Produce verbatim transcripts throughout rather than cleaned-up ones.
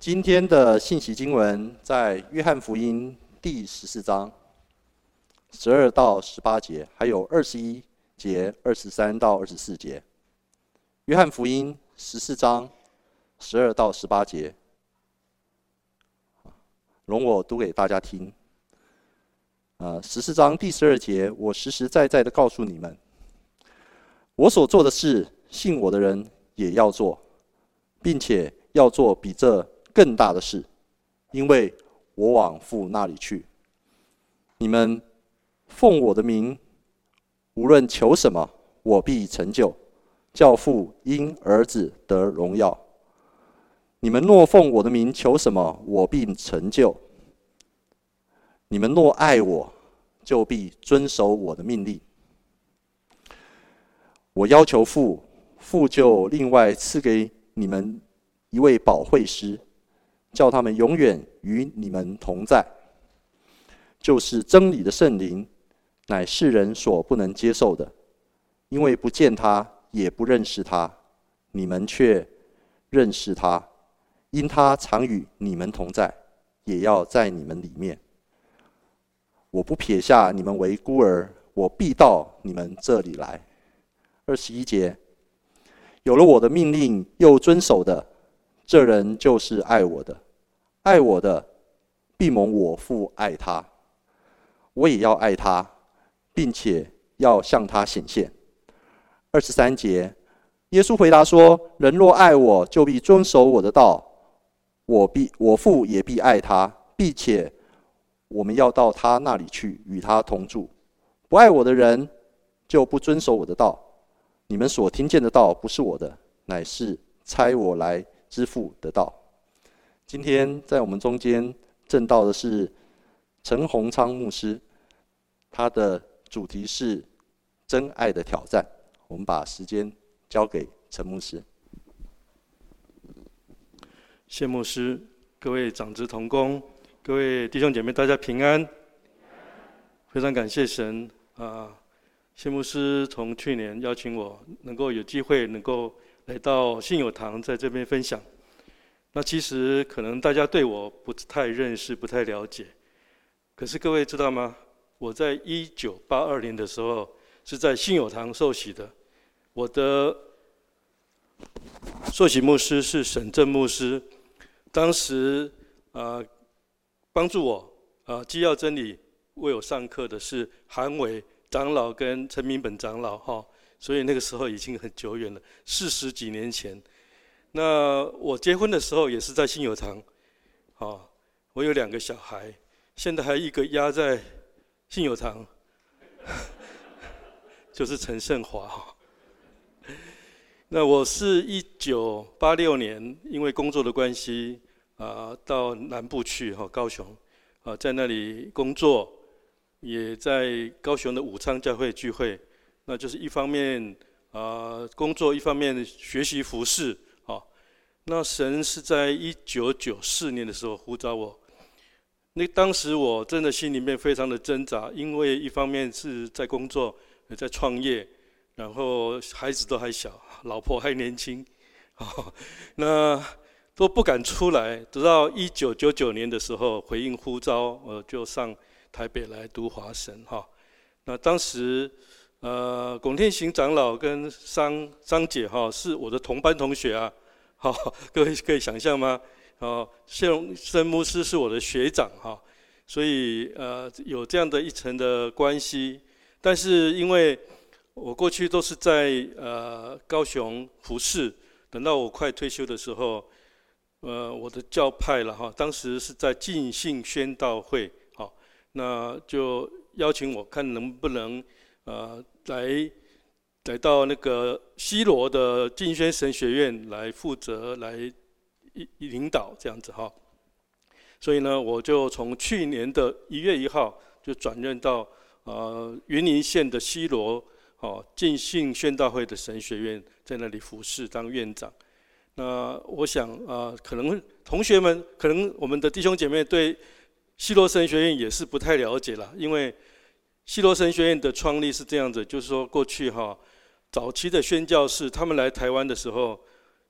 今天的信息经文在约翰福音第十四章十二到十八节，还有二十一节、二十三到二十四节。约翰福音十四章十二到十八节，容我读给大家听。呃，十四章第十二节，我实实在在的告诉你们，我所做的事，信我的人也要做，并且要做比这更大的事，因为我往父那里去。你们奉我的名，无论求什么，我必成就，叫父因儿子得荣耀。你们若奉我的名求什么，我必成就。你们若爱我，就必遵守我的命令。我要求父，父就另外赐给你们一位保惠师，叫他们永远与你们同在，就是真理的圣灵，乃世人所不能接受的，因为不见他，也不认识他，你们却认识他，因他常与你们同在，也要在你们里面。我不撇下你们为孤儿，我必到你们这里来。二十一节，有了我的命令又遵守的，这人就是爱我的。爱我的，必蒙我父爱他，我也要爱他，并且要向他显现。二十三节，耶稣回答说：人若爱我，就必遵守我的道，我必我父也必爱他，并且我们要到他那里去，与他同住。不爱我的人，就不遵守我的道。你们所听见的道，不是我的，乃是差我来之父的道。今天在我们中间证道的是陈宏昌牧师，他的主题是真爱的挑战。我们把时间交给陈牧师。 谢牧师，各位长子同工，各位弟兄姐妹，大家平安。非常感谢神啊！谢牧师从去年邀请我能够有机会能够来到信友堂，在这边分享。那其实可能大家对我不太认识，不太了解。可是各位知道吗？我在一九八二年的时候是在信友堂受洗的。我的受洗牧师是沈正牧师，当时呃帮助我呃基要真理为我上课的是韩伟长老跟陈明本长老哈，所以那个时候已经很久远了，四十几年前。那我结婚的时候也是在信友堂，啊，我有两个小孩，现在还一个压在信友堂，就是陈胜华。那我是一九八六年因为工作的关系啊，到南部去哈，高雄啊，在那里工作，也在高雄的武昌教会聚会。那就是一方面啊工作，一方面学习服事。那神是在一九九四年的时候呼召我，那当时我真的心里面非常的挣扎，因为一方面是在工作，也在创业，然后孩子都还小，老婆还年轻，哦、那都不敢出来。直到一九九九年的时候回应呼召，我就上台北来读华神哈。那当时呃龚天行长老跟张张姐哈是我的同班同学啊。好，各位可以想象吗？哦，谢荣生牧师是我的学长哈，所以呃有这样的一层的关系。但是因为我过去都是在呃高雄服侍，等到我快退休的时候，呃我的教派了哈，当时是在浸信宣道会，好，那就邀請我看能不能呃来。来到那个西罗的浸宣神学院来负责来领导这样子哈，所以呢，我就从去年的一月一号就转任到呃云林县的西罗哦浸信宣道会的神学院，在那里服侍当院长。那我想啊、呃，可能同学们，可能我们的弟兄姐妹对西罗神学院也是不太了解了，因为西罗神学院的创立是这样子，就是说过去哈。早期的宣教士，他们来台湾的时候，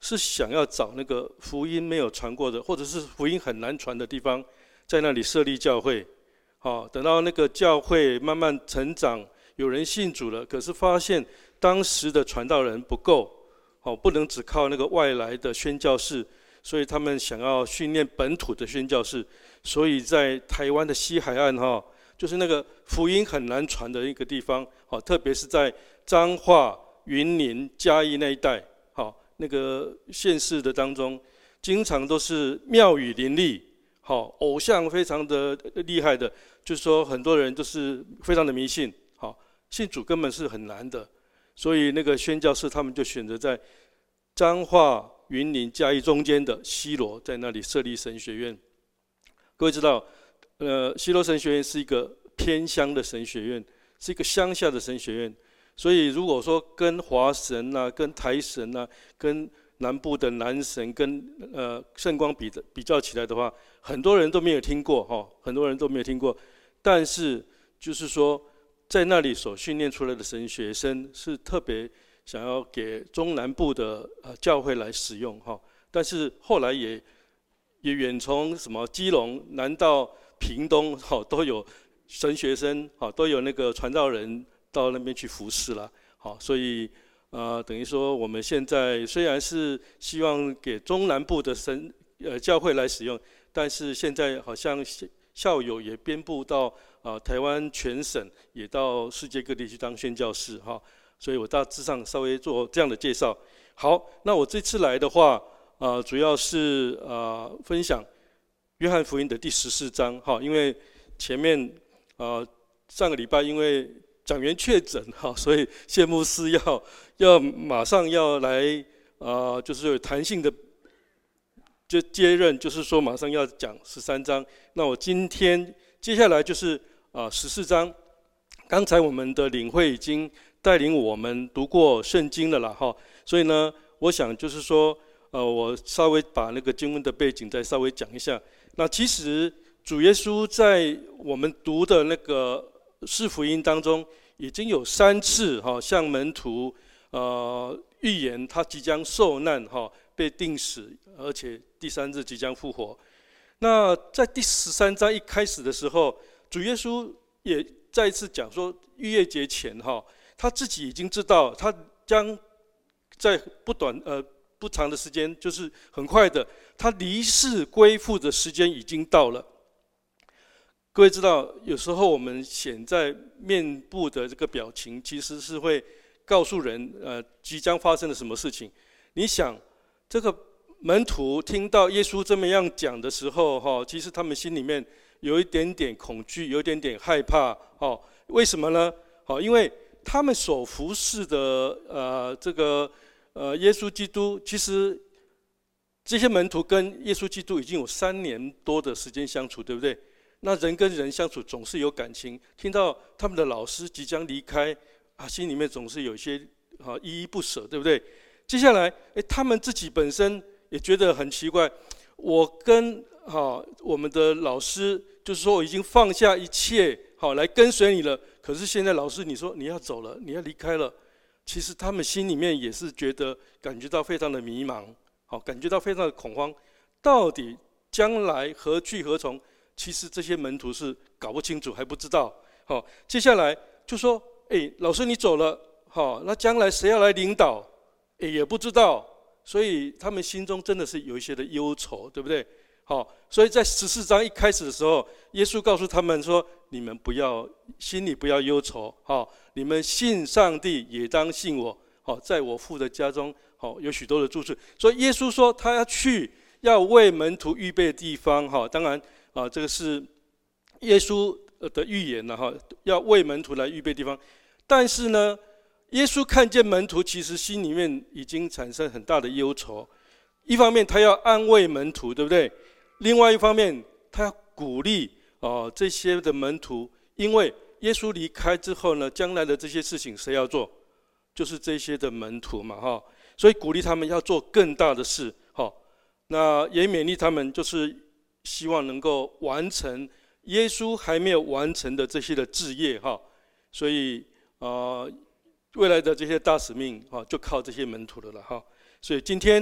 是想要找那个福音没有传过的，或者是福音很难传的地方，在那里设立教会。好，等到那个教会慢慢成长，有人信主了，可是发现当时的传道人不够，好，不能只靠那个外来的宣教士，所以他们想要训练本土的宣教士。所以在台湾的西海岸哈，就是那个福音很难传的一个地方，好，特别是在彰化、云林、嘉义那一带，好，那个县市的当中，经常都是庙宇林立，好，偶像非常的厉害的，就是说很多人都是非常的迷信，好，信主根本是很难的，所以那个宣教士他们就选择在彰化、云林、嘉义中间的西螺，在那里设立神学院。各位知道，呃，西螺神学院是一个偏乡的神学院，是一个乡下的神学院。所以如果说跟华神啊、跟台神啊、跟南部的南神、跟呃圣光比的比较起来的话，很多人都没有听过哈，很多人都没有听过。但是就是说，在那里所训练出来的神学生是特别想要给中南部的呃教会来使用哈，但是后来也。也远从什么基隆南到屏东，好都有神学生，好都有那个传道人到那边去服侍了，好，所以呃等于说我们现在虽然是希望给中南部的神呃教会来使用，但是现在好像校友也编布到啊、呃、台湾全省，也到世界各地去当宣教士哈，所以我大致上稍微做这样的介绍。好，那我这次来的话。啊、呃，主要是啊、呃、分享约翰福音的第十四章，哈，因为前面啊、呃、上个礼拜因为长员确诊哈，所以谢牧师要要马上要来啊、呃，就是有弹性的就接任，就是说马上要讲十三章。那我今天接下来就是啊十四章，刚才我们的领会已经带领我们读过圣经了啦，哈，所以呢，我想就是说。呃，我稍微把那个经文的背景再稍微讲一下。那其实主耶稣在我们读的那个四福音当中，已经有三次哈、哦、向门徒呃预言他即将受难哈、哦、被钉死，而且第三日即将复活。那在第十三章一开始的时候，主耶稣也再一次讲说，逾越节前哈、哦，他自己已经知道他将在不短呃。不长的时间，就是很快的，他离世归父的时间已经到了。各位知道，有时候我们显在面部的这个表情，其实是会告诉人，呃，即将发生了什么事情。你想，这个门徒听到耶稣这么样讲的时候，哈，其实他们心里面有一点点恐惧，有一点点害怕，哈，为什么呢？好，因为他们所服侍的，呃，这个。呃，耶稣基督其实这些门徒跟耶稣基督已经有三年多的时间相处，对不对？那人跟人相处总是有感情，听到他们的老师即将离开啊，心里面总是有些啊依依不舍，对不对？接下来，哎，他们自己本身也觉得很奇怪，我跟啊我们的老师就是说我已经放下一切，好来跟随你了，可是现在老师你说你要走了，你要离开了。其实他们心里面也是觉得感觉到非常的迷茫，好，感觉到非常的恐慌，到底将来何去何从？其实这些门徒是搞不清楚，还不知道。好，接下来就说：“哎，老师你走了，好，那将来谁要来领导？哎，也不知道。”所以他们心中真的是有一些的忧愁，对不对？好，所以在十四章一开始的时候，耶稣告诉他们说：“你们不要心里不要忧愁，好，你们信上帝也当信我。好，在我父的家中，好有许多的住处。”所以耶稣说他要去，要为门徒预备地方。哈，当然啊，这个是耶稣的预言了哈，要为门徒来预备地方。但是呢，耶稣看见门徒，其实心里面已经产生很大的忧愁。一方面他要安慰门徒，对不对？另外一方面，他要鼓励哦这些的门徒，因为耶稣离开之后呢，将来的这些事情谁要做？就是这些的门徒嘛，哈。所以鼓励他们要做更大的事，哈。那也勉励他们，就是希望能够完成耶稣还没有完成的这些的志业，哈。所以啊、呃，未来的这些大使命，哈，就靠这些门徒的了，哈。所以今天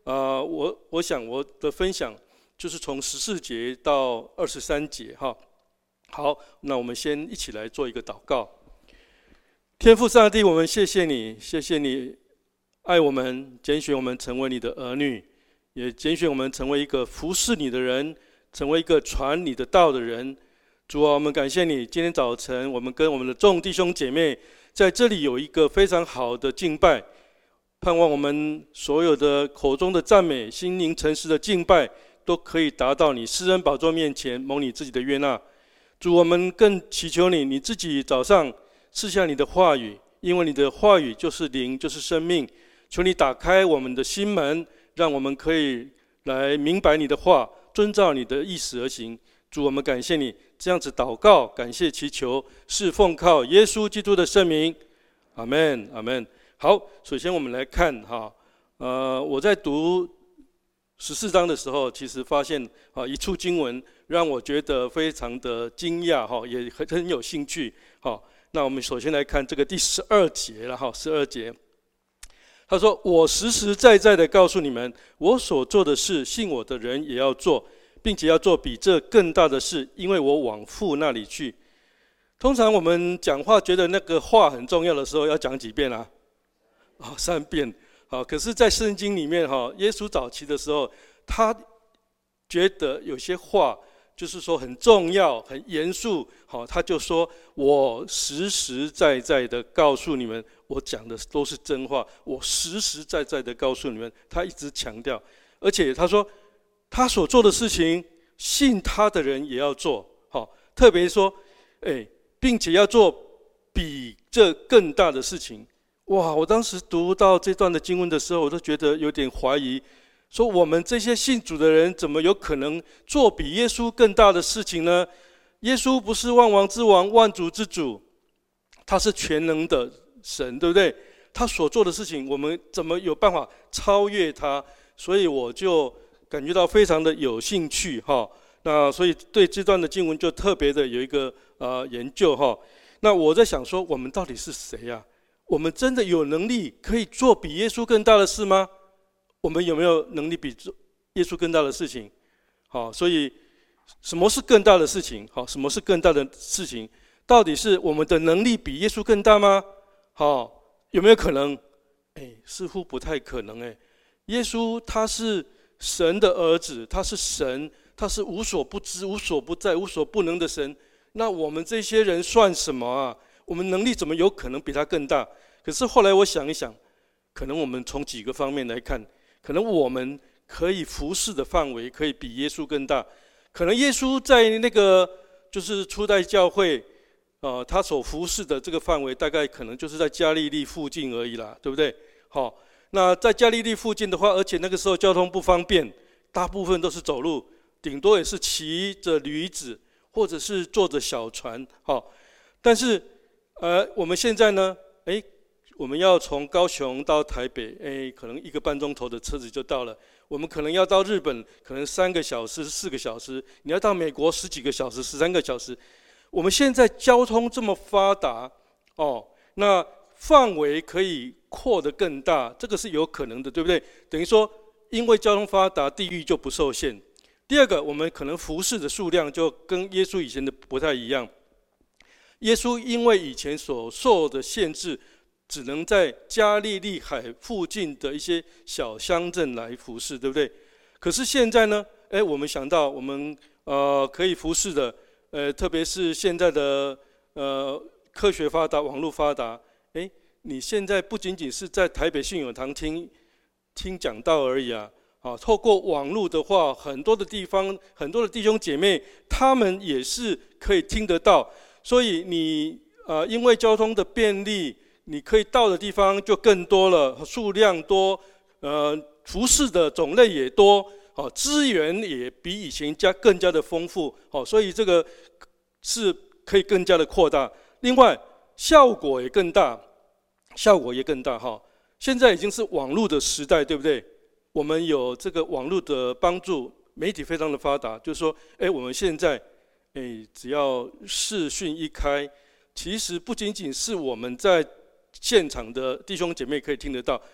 呃，我我想我的分享就是从十四节到二十三节哈。好，那我们先一起来做一个祷告。天父上帝，我们谢谢你，谢谢你爱我们，拣选我们成为你的儿女，也拣选我们成为一个服侍你的人，成为一个传你的道的人。主啊，我们感谢你，今天早晨我们跟我们的众弟兄姐妹在这里有一个非常好的敬拜，盼望我们所有的口中的赞美、心灵诚实的敬拜，都可以达到你施恩宝座面前蒙你自己的悦纳。主，我们更祈求你，你自己早上赐下你的话语，因为你的话语就是灵，就是生命。求你打开我们的心门，让我们可以来明白你的话，遵照你的意思而行。主，我们感谢你，这样子祷告，感谢祈求，是奉靠耶稣基督的圣名，阿们，阿们。好，首先我们来看哈，呃，我在读十四章的时候，其实发现啊一处经文让我觉得非常的惊讶哈，也很很有兴趣哈。那我们首先来看这个第十二节了哈，十二节，他说：“我实实在在的告诉你们，我所做的事，信我的人也要做。”并且要做比这更大的事，因为我往父那里去。通常我们讲话觉得那个话很重要的时候，要讲几遍啊？啊，三遍。好，可是，在圣经里面哈，耶稣早期的时候，他觉得有些话就是说很重要、很严肃，好，他就说：“我实实在在的告诉你们，我讲的都是真话。我实实在在的告诉你们。”他一直强调，而且他说。他所做的事情，信他的人也要做。好，特别说，哎，并且要做比这更大的事情。哇！我当时读到这段的经文的时候，我都觉得有点怀疑，说我们这些信主的人，怎么有可能做比耶稣更大的事情呢？耶稣不是万王之王、万主之主，他是全能的神，对不对？他所做的事情，我们怎么有办法超越他？所以我就感觉到非常的有兴趣哈，那所以对这段的经文就特别的有一个呃研究哈。那我在想说，我们到底是谁呀？我们真的有能力可以做比耶稣更大的事吗？我们有没有能力比耶稣更大的事情？好，所以什么是更大的事情？好，什么是更大的事情？到底是我们的能力比耶稣更大吗？好，有没有可能？哎，似乎不太可能哎。耶稣他是神的儿子，他是神，他是无所不知、无所不在、无所不能的神。那我们这些人算什么啊？我们能力怎么有可能比他更大？可是后来我想一想，可能我们从几个方面来看，可能我们可以服侍的范围可以比耶稣更大。可能耶稣在那个就是初代教会，呃，他所服侍的这个范围，大概可能就是在加利利附近而已啦，对不对？好。那在加利利附近的话，而且那个时候交通不方便，大部分都是走路，顶多也是骑着驴子，或者是坐着小船。好，但是，呃，我们现在呢，哎，我们要从高雄到台北，哎，可能一个半钟头的车子就到了。我们可能要到日本，可能三个小时、四个小时；你要到美国十几个小时、十三个小时。我们现在交通这么发达，哦，那范围可以扩得更大，这个是有可能的，对不对？等于说，因为交通发达，地域就不受限。第二个，我们可能服侍的数量就跟耶稣以前的不太一样。耶稣因为以前所受的限制，只能在加利利海附近的一些小乡镇来服侍，对不对？可是现在呢，哎，我们想到我们呃可以服侍的，呃，特别是现在的呃科学发达、网络发达。哎，你现在不仅仅是在台北信友堂听听讲道而已啊！啊，透过网络的话，很多的地方，很多的弟兄姐妹，他们也是可以听得到。所以你呃，因为交通的便利，你可以到的地方就更多了，数量多，呃，服侍的种类也多，哦，资源也比以前加更加的丰富，哦，所以这个是可以更加的扩大。另外，效果也更大，效果也更大哈！现在已经是网络的时代，对不对？我们有这个网络的帮助，媒体非常的发达。就是说，哎，我们现在，哎，只要视讯一开，其实不仅仅是我们在现场的弟兄姐妹可以听得到，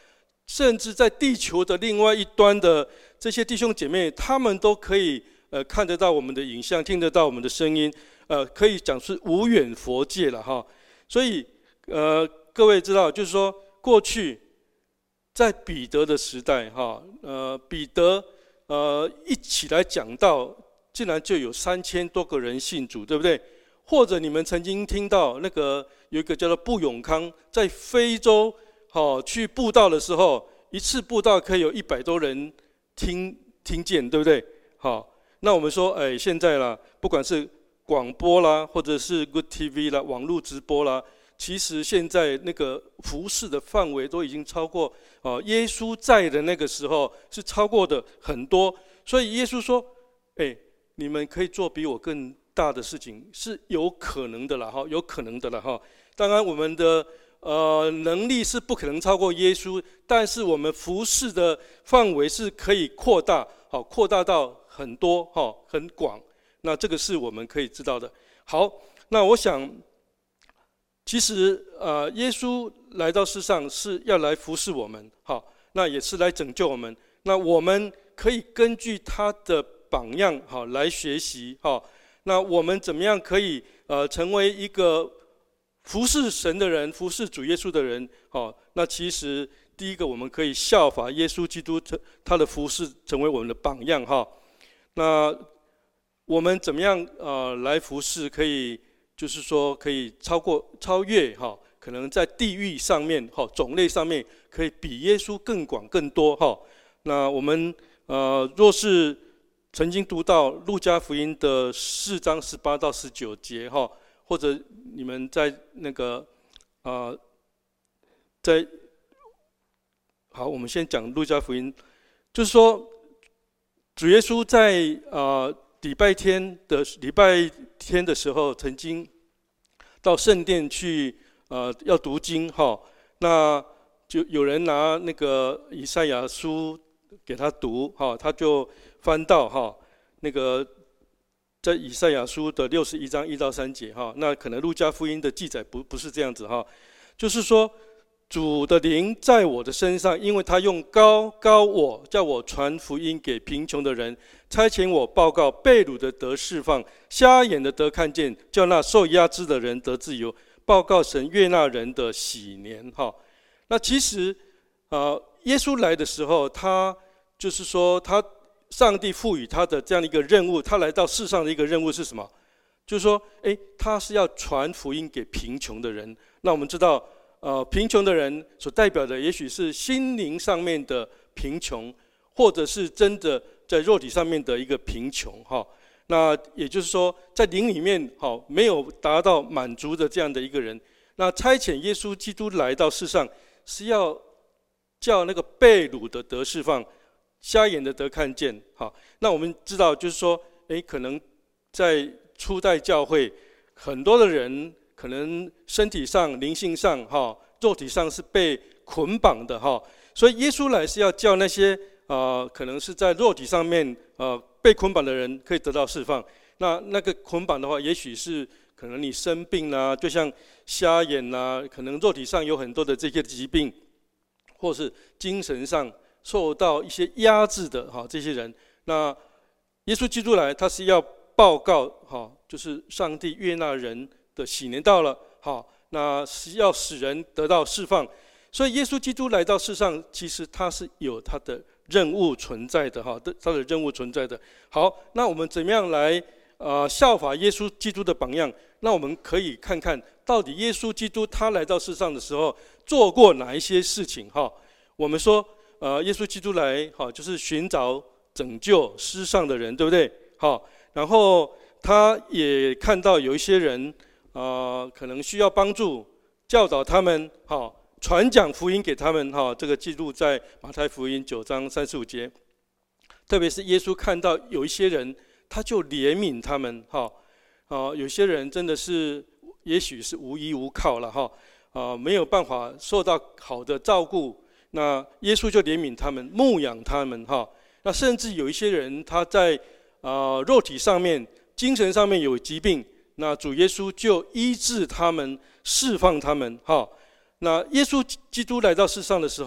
甚至在地球的另外一端的这些弟兄姐妹，他们都可以呃看得到我们的影像，听得到我们的声音，呃，可以讲是无远佛界了哈。所以呃，各位知道，就是说过去在彼得的时代哈，呃，彼得呃一起来讲道，竟然就有三千多个人信主，对不对？或者你们曾经听到那个有一个叫做布永康，在非洲好去布道的时候，一次布道可以有一百多人听听见，对不对？好，那我们说，哎，现在啦，不管是广播啦，或者是 Good T V 啦，网络直播啦，其实现在那个服事的范围都已经超过哦，耶稣在的那个时候是超过的很多，所以耶稣说，哎，你们可以做比我更大的事情，是有可能的啦，哈，有可能的啦，哈。当然，我们的呃能力是不可能超过耶稣，但是我们服事的范围是可以扩大，好，扩大到很多，哈，很广。那这个是我们可以知道的。好，那我想，其实呃，耶稣来到世上是要来服侍我们，好，那也是来拯救我们。那我们可以根据他的榜样，好，来学习，好。那我们怎么样可以呃成为一个服侍神的人，服侍主耶稣的人？好，那其实第一个我们可以效法耶稣基督他的服侍，成为我们的榜样哈。那我们怎么样呃来服侍？可以就是说可以超过超越哈，可能在地域上面哈，种类上面可以比耶稣更广更多哈。那我们呃若是曾经读到路加福音的四章十八到十九节哈，或者你们在那个啊、呃，在好，我们先讲路加福音，就是说主耶稣在啊礼拜天的礼拜天的时候，曾经到圣殿去呃要读经哈，那就有人拿那个以赛亚书给他读哈，他就翻到哈那个在以赛亚书的六十一章一到三节哈，那可能路加福音的记载不不是这样子哈，就是说主的灵在我的身上，因为他用膏膏我，叫我传福音给贫穷的人，差遣我报告被掳的得释放，瞎眼的得看见，叫那受压制的人得自由，报告神悦纳人的喜年哈。那其实啊，耶稣来的时候，他就是说他。上帝赋予他的这样的一个任务，他来到世上的一个任务是什么？就是说，哎，他是要传福音给贫穷的人。那我们知道，呃，贫穷的人所代表的，也许是心灵上面的贫穷，或者是真的在肉体上面的一个贫穷，哈。那也就是说，在灵里面，哈，没有达到满足的这样的一个人。那差遣耶稣基督来到世上，是要叫那个被掳的得释放。瞎眼的得看见，好，那我们知道，就是说，哎，可能在初代教会，很多的人可能身体上、灵性上，哈，肉体上是被捆绑的，哈，所以耶稣来是要叫那些啊、呃，可能是在肉体上面呃被捆绑的人可以得到释放。那那个捆绑的话，也许是可能你生病啦、啊，就像瞎眼啦、啊，可能肉体上有很多的这些疾病，或是精神上。受到一些压制的哈，这些人，那耶稣基督来，他是要报告哈，就是上帝悦纳人的喜年到了，好，那是要使人得到释放。所以耶稣基督来到世上，其实他是有他的任务存在的哈，他的任务存在的。好，那我们怎么样来呃效法耶稣基督的榜样？那我们可以看看到底耶稣基督他来到世上的时候做过哪一些事情哈？我们说。呃，耶稣基督来，好，就是寻找拯救失丧的人，对不对？好，然后他也看到有一些人，啊、呃，可能需要帮助，教导他们，好，传讲福音给他们，哈，这个记录在马太福音九章三十五节。特别是耶稣看到有一些人，他就怜悯他们，哈，啊、呃，有些人真的是，也许是无依无靠了，哈，啊、呃，没有办法受到好的照顾。那耶稣就怜悯他们，牧养他们哈。那甚至有一些人他在啊、呃、肉体上面、精神上面有疾病，那主耶稣就医治他们、释放他们哈。那耶稣基督来到世上的时候，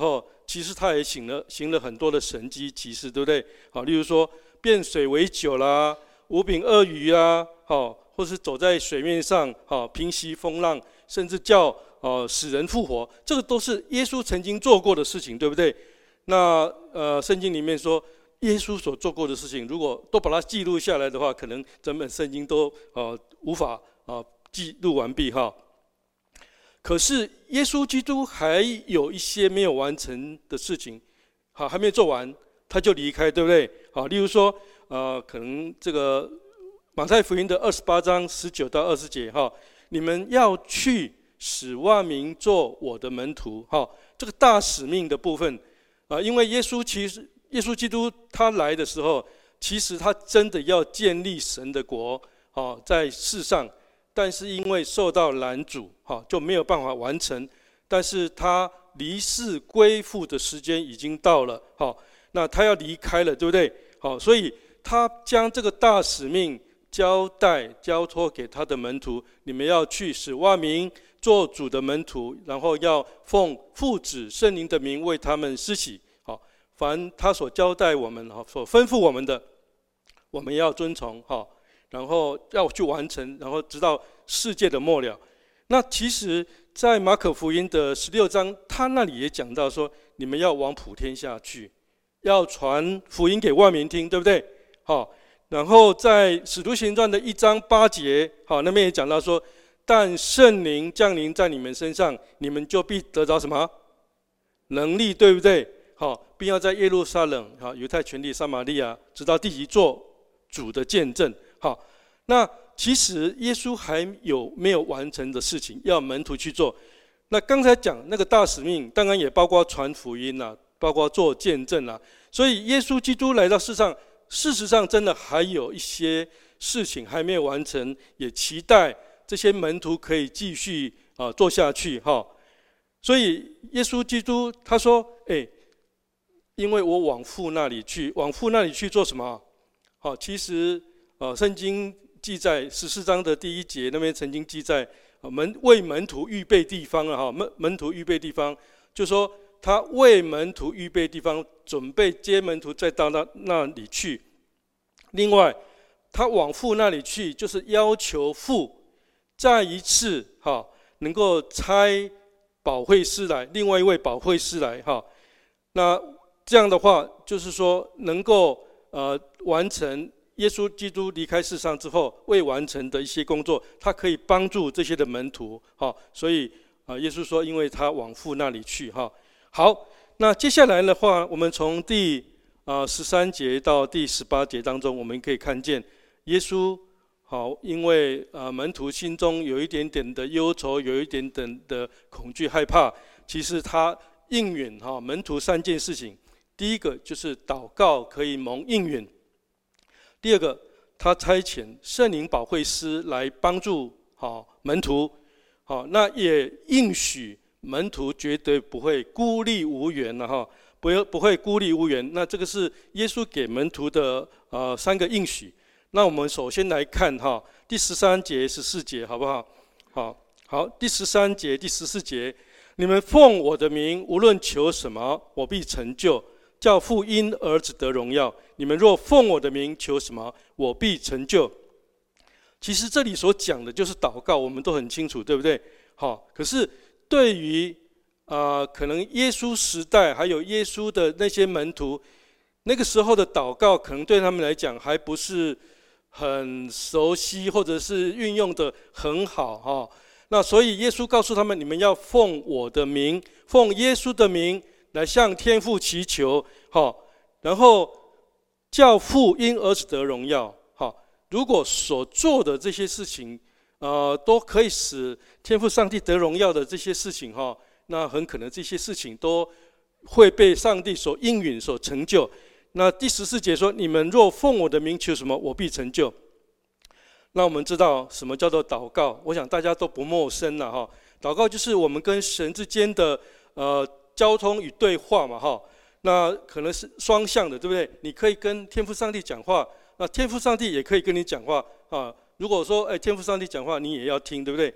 其实他也行了行了很多的神迹奇事，对不对？好，例如说变水为酒啦，五饼二鱼啊，好，或是走在水面上，好，平息风浪，甚至叫呃死人复活，这个都是耶稣曾经做过的事情，对不对？那呃，圣经里面说，耶稣所做过的事情，如果都把它记录下来的话，可能整本圣经都呃无法啊、呃、记录完毕哈。可是耶稣基督还有一些没有完成的事情，好，还没做完，他就离开，对不对？好，例如说，呃，可能这个马太福音的二十八章十九到二十节哈，你们要去使万民做我的门徒，哈，这个大使命的部分。啊，因为耶稣其实，耶稣基督他来的时候，其实他真的要建立神的国，啊，在世上，但是因为受到拦阻，哈，就没有办法完成。但是他离世归父的时间已经到了，好，那他要离开了，对不对？好，所以他将这个大使命交代交托给他的门徒，你们要去使万民做主的门徒，然后要奉父子圣灵的名为他们施洗。好，凡他所交代我们、所吩咐我们的，我们要遵从，好，然后要去完成，然后直到世界的末了。那其实，在马可福音的十六章，他那里也讲到说，你们要往普天下去，要传福音给万民听，对不对？好，然后在使徒行传的一章八节，好，那边也讲到说，但圣灵降临在你们身上，你们就必得着什么能力，对不对？好，并要在耶路撒冷、好犹太全地、撒玛利亚，直到地极做主的见证。好，那其实耶稣还有没有完成的事情要门徒去做？那刚才讲那个大使命，当然也包括传福音啦、啊，包括做见证啦、啊。所以耶稣基督来到世上，事实上真的还有一些事情还没有完成，也期待这些门徒可以继续啊做下去哈。所以耶稣基督他说：“哎，因为我往父那里去，往父那里去做什么？好，其实啊，圣经记载十四章的第一节那边曾经记载，门为门徒预备地方了哈，门门徒预备地方，就说他为门徒预备地方，准备接门徒再到那那里去。另外，他往父那里去，就是要求父再一次哈，能够差保惠师来，另外一位保惠师来哈。那这样的话，就是说能够呃完成耶稣基督离开世上之后未完成的一些工作，他可以帮助这些的门徒哈。所以啊、呃，耶稣说，因为他往父那里去哈。好，那接下来的话，我们从第啊十三节到第十八节当中，我们可以看见耶稣好，因为啊门徒心中有一点点的忧愁，有一点点的恐惧害怕，其实他应允哈门徒三件事情。第一个就是祷告可以蒙应允，第二个他差遣圣灵保惠师来帮助好门徒，好，那也应许门徒绝对不会孤立无援了哈，不不会孤立无援。那这个是耶稣给门徒的呃三个应许。那我们首先来看哈第十三节、十四节，好不好？好，好，第十三节、第十四节，你们奉我的名，无论求什么，我必成就。叫父因儿子得荣耀。你们若奉我的名求什么，我必成就。其实这里所讲的就是祷告，我们都很清楚，对不对？好，可是对于啊、呃，可能耶稣时代还有耶稣的那些门徒，那个时候的祷告，可能对他们来讲还不是很熟悉，或者是运用的很好哈。那所以耶稣告诉他们，你们要奉我的名，奉耶稣的名来向天父祈求，好，然后叫父因儿子得荣耀，好。如果所做的这些事情，呃，都可以使天父上帝得荣耀的这些事情，哈，那很可能这些事情都会被上帝所应允、所成就。那第十四节说：“你们若奉我的名求什么，我必成就。”那我们知道什么叫做祷告？我想大家都不陌生了哈。祷告就是我们跟神之间的呃交通与对话嘛哈。那可能是双向的，对不对？你可以跟天父上帝讲话，那天父上帝也可以跟你讲话啊。如果说哎天父上帝讲话，你也要听，对不对？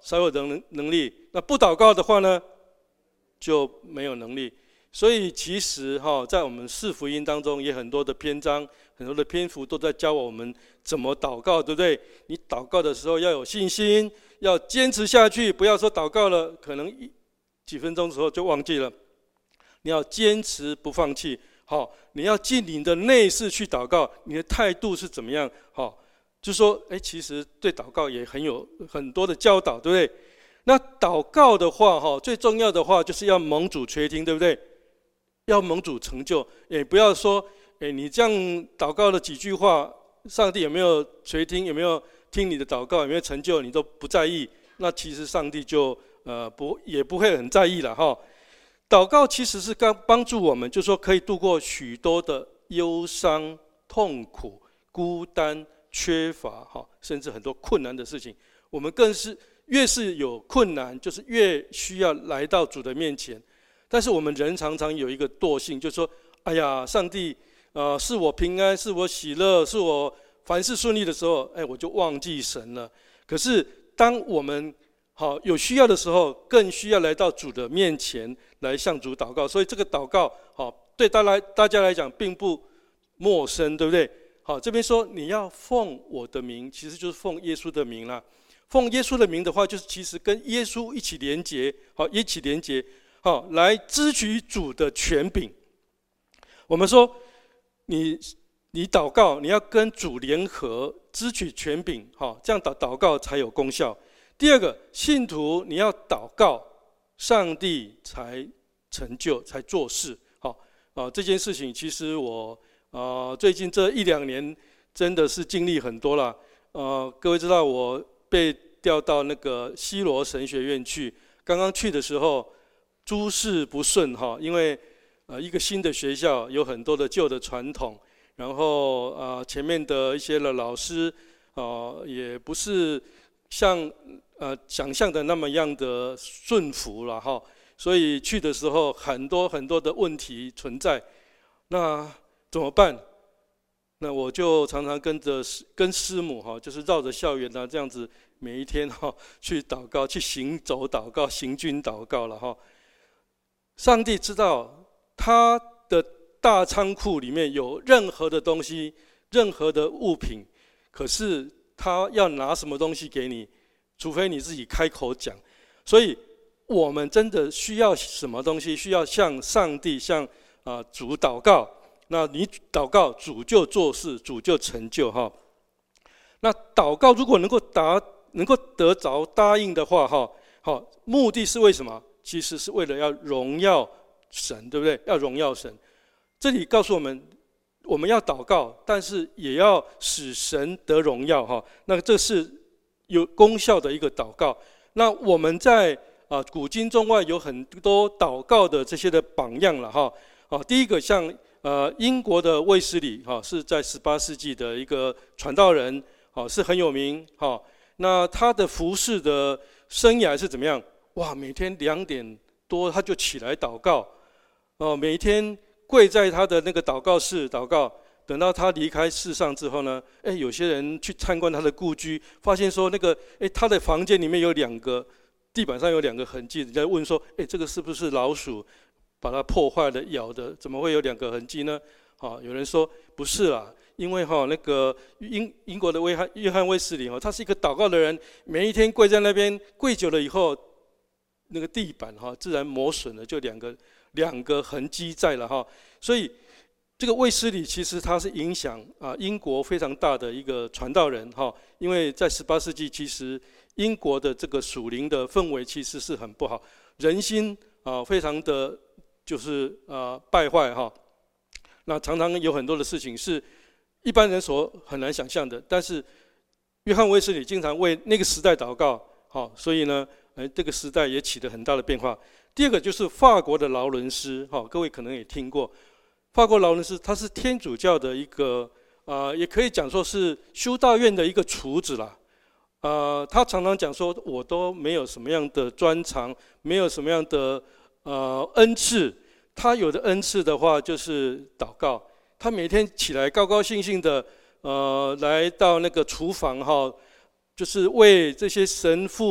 才有能能力。那不祷告的话呢，就没有能力。所以其实哈，在我们四福音当中，也很多的篇章、很多的篇幅都在教我们怎么祷告，对不对？你祷告的时候要有信心，要坚持下去，不要说祷告了，可能一几分钟之后就忘记了。你要坚持不放弃，好，你要进你的内室去祷告，你的态度是怎么样？好，就说，哎，其实对祷告也很有很多的教导，对不对？那祷告的话，哈，最重要的话就是要蒙主垂听，对不对？要蒙主成就，也不要说，哎，你这样祷告了几句话，上帝有没有垂听，有没有听你的祷告，有没有成就，你都不在意，那其实上帝就呃不也不会很在意了哈。祷告其实是刚帮助我们，就是说可以度过许多的忧伤、痛苦、孤单、缺乏，哈，甚至很多困难的事情。我们更是越是有困难，就是越需要来到主的面前。但是我们人常常有一个惰性，就是说，哎呀，上帝，呃，是我平安，是我喜乐，是我凡事顺利的时候，哎，我就忘记神了。可是当我们好有需要的时候，更需要来到主的面前来向主祷告。所以这个祷告，好对大家大家来讲并不陌生，对不对？好，这边说你要奉我的名，其实就是奉耶稣的名啦。奉耶稣的名的话，就是其实跟耶稣一起连结，好，一起连结。好，来支取主的权柄。我们说，你你祷告，你要跟主联合，支取权柄，好，这样祷祷告才有功效。第二个，信徒你要祷告，上帝才成就，才做事。好啊，这件事情其实我啊最近这一两年真的是经历很多了。呃，各位知道我被调到那个西罗神学院去，刚刚去的时候。诸事不顺哈，因为呃一个新的学校有很多的旧的传统，然后啊、呃、前面的一些的老师啊、呃、也不是像呃想象的那么样的顺服了哈，所以去的时候很多很多的问题存在，那怎么办？那我就常常跟着跟师母哈，就是绕着校园啊这样子每一天哈去祷告，去行走祷告，行军祷告了哈。上帝知道他的大仓库里面有任何的东西，任何的物品，可是他要拿什么东西给你，除非你自己开口讲。所以我们真的需要什么东西，需要向上帝、向啊主祷告。那你祷告，主就做事，主就成就哈。那祷告如果能够达，能够得着答应的话哈，好，目的是为什么？其实是为了要荣耀神，对不对？要荣耀神。这里告诉我们，我们要祷告，但是也要使神得荣耀哈。那这是有功效的一个祷告。那我们在啊古今中外有很多祷告的这些的榜样了哈。啊，第一个像呃英国的卫斯理哈，是在十八世纪的一个传道人，啊是很有名哈。那他的服事的生涯是怎么样？哇，每天两点多他就起来祷告，哦，每天跪在他的那个祷告室祷告。等到他离开世上之后呢，哎，有些人去参观他的故居，发现说那个，哎，他的房间里面有两个，地板上有两个痕迹。人家问说，哎，这个是不是老鼠把它破坏了咬的？怎么会有两个痕迹呢？啊，有人说不是啦。因为哈那个英英国的约翰约翰卫斯理哈，他是一个祷告的人，每一天跪在那边，跪久了以后，那个地板哈自然磨损了，就两个两个痕迹在了哈。所以这个卫斯理其实他是影响啊英国非常大的一个传道人哈，因为在十八世纪其实英国的这个属灵的氛围其实是很不好，人心啊非常的就是啊败坏哈。那常常有很多的事情是一般人所很难想象的，但是约翰卫斯理经常为那个时代祷告，好，所以呢，呃，这个时代也起了很大的变化。第二个就是法国的劳伦斯，哈，各位可能也听过，法国劳伦斯他是天主教的一个，呃，也可以讲说是修道院的一个厨子啦，呃，他常常讲说，我都没有什么样的专长，没有什么样的呃恩赐，他有的恩赐的话就是祷告。他每天起来高高兴兴的，呃，来到那个厨房哈，就是为这些神父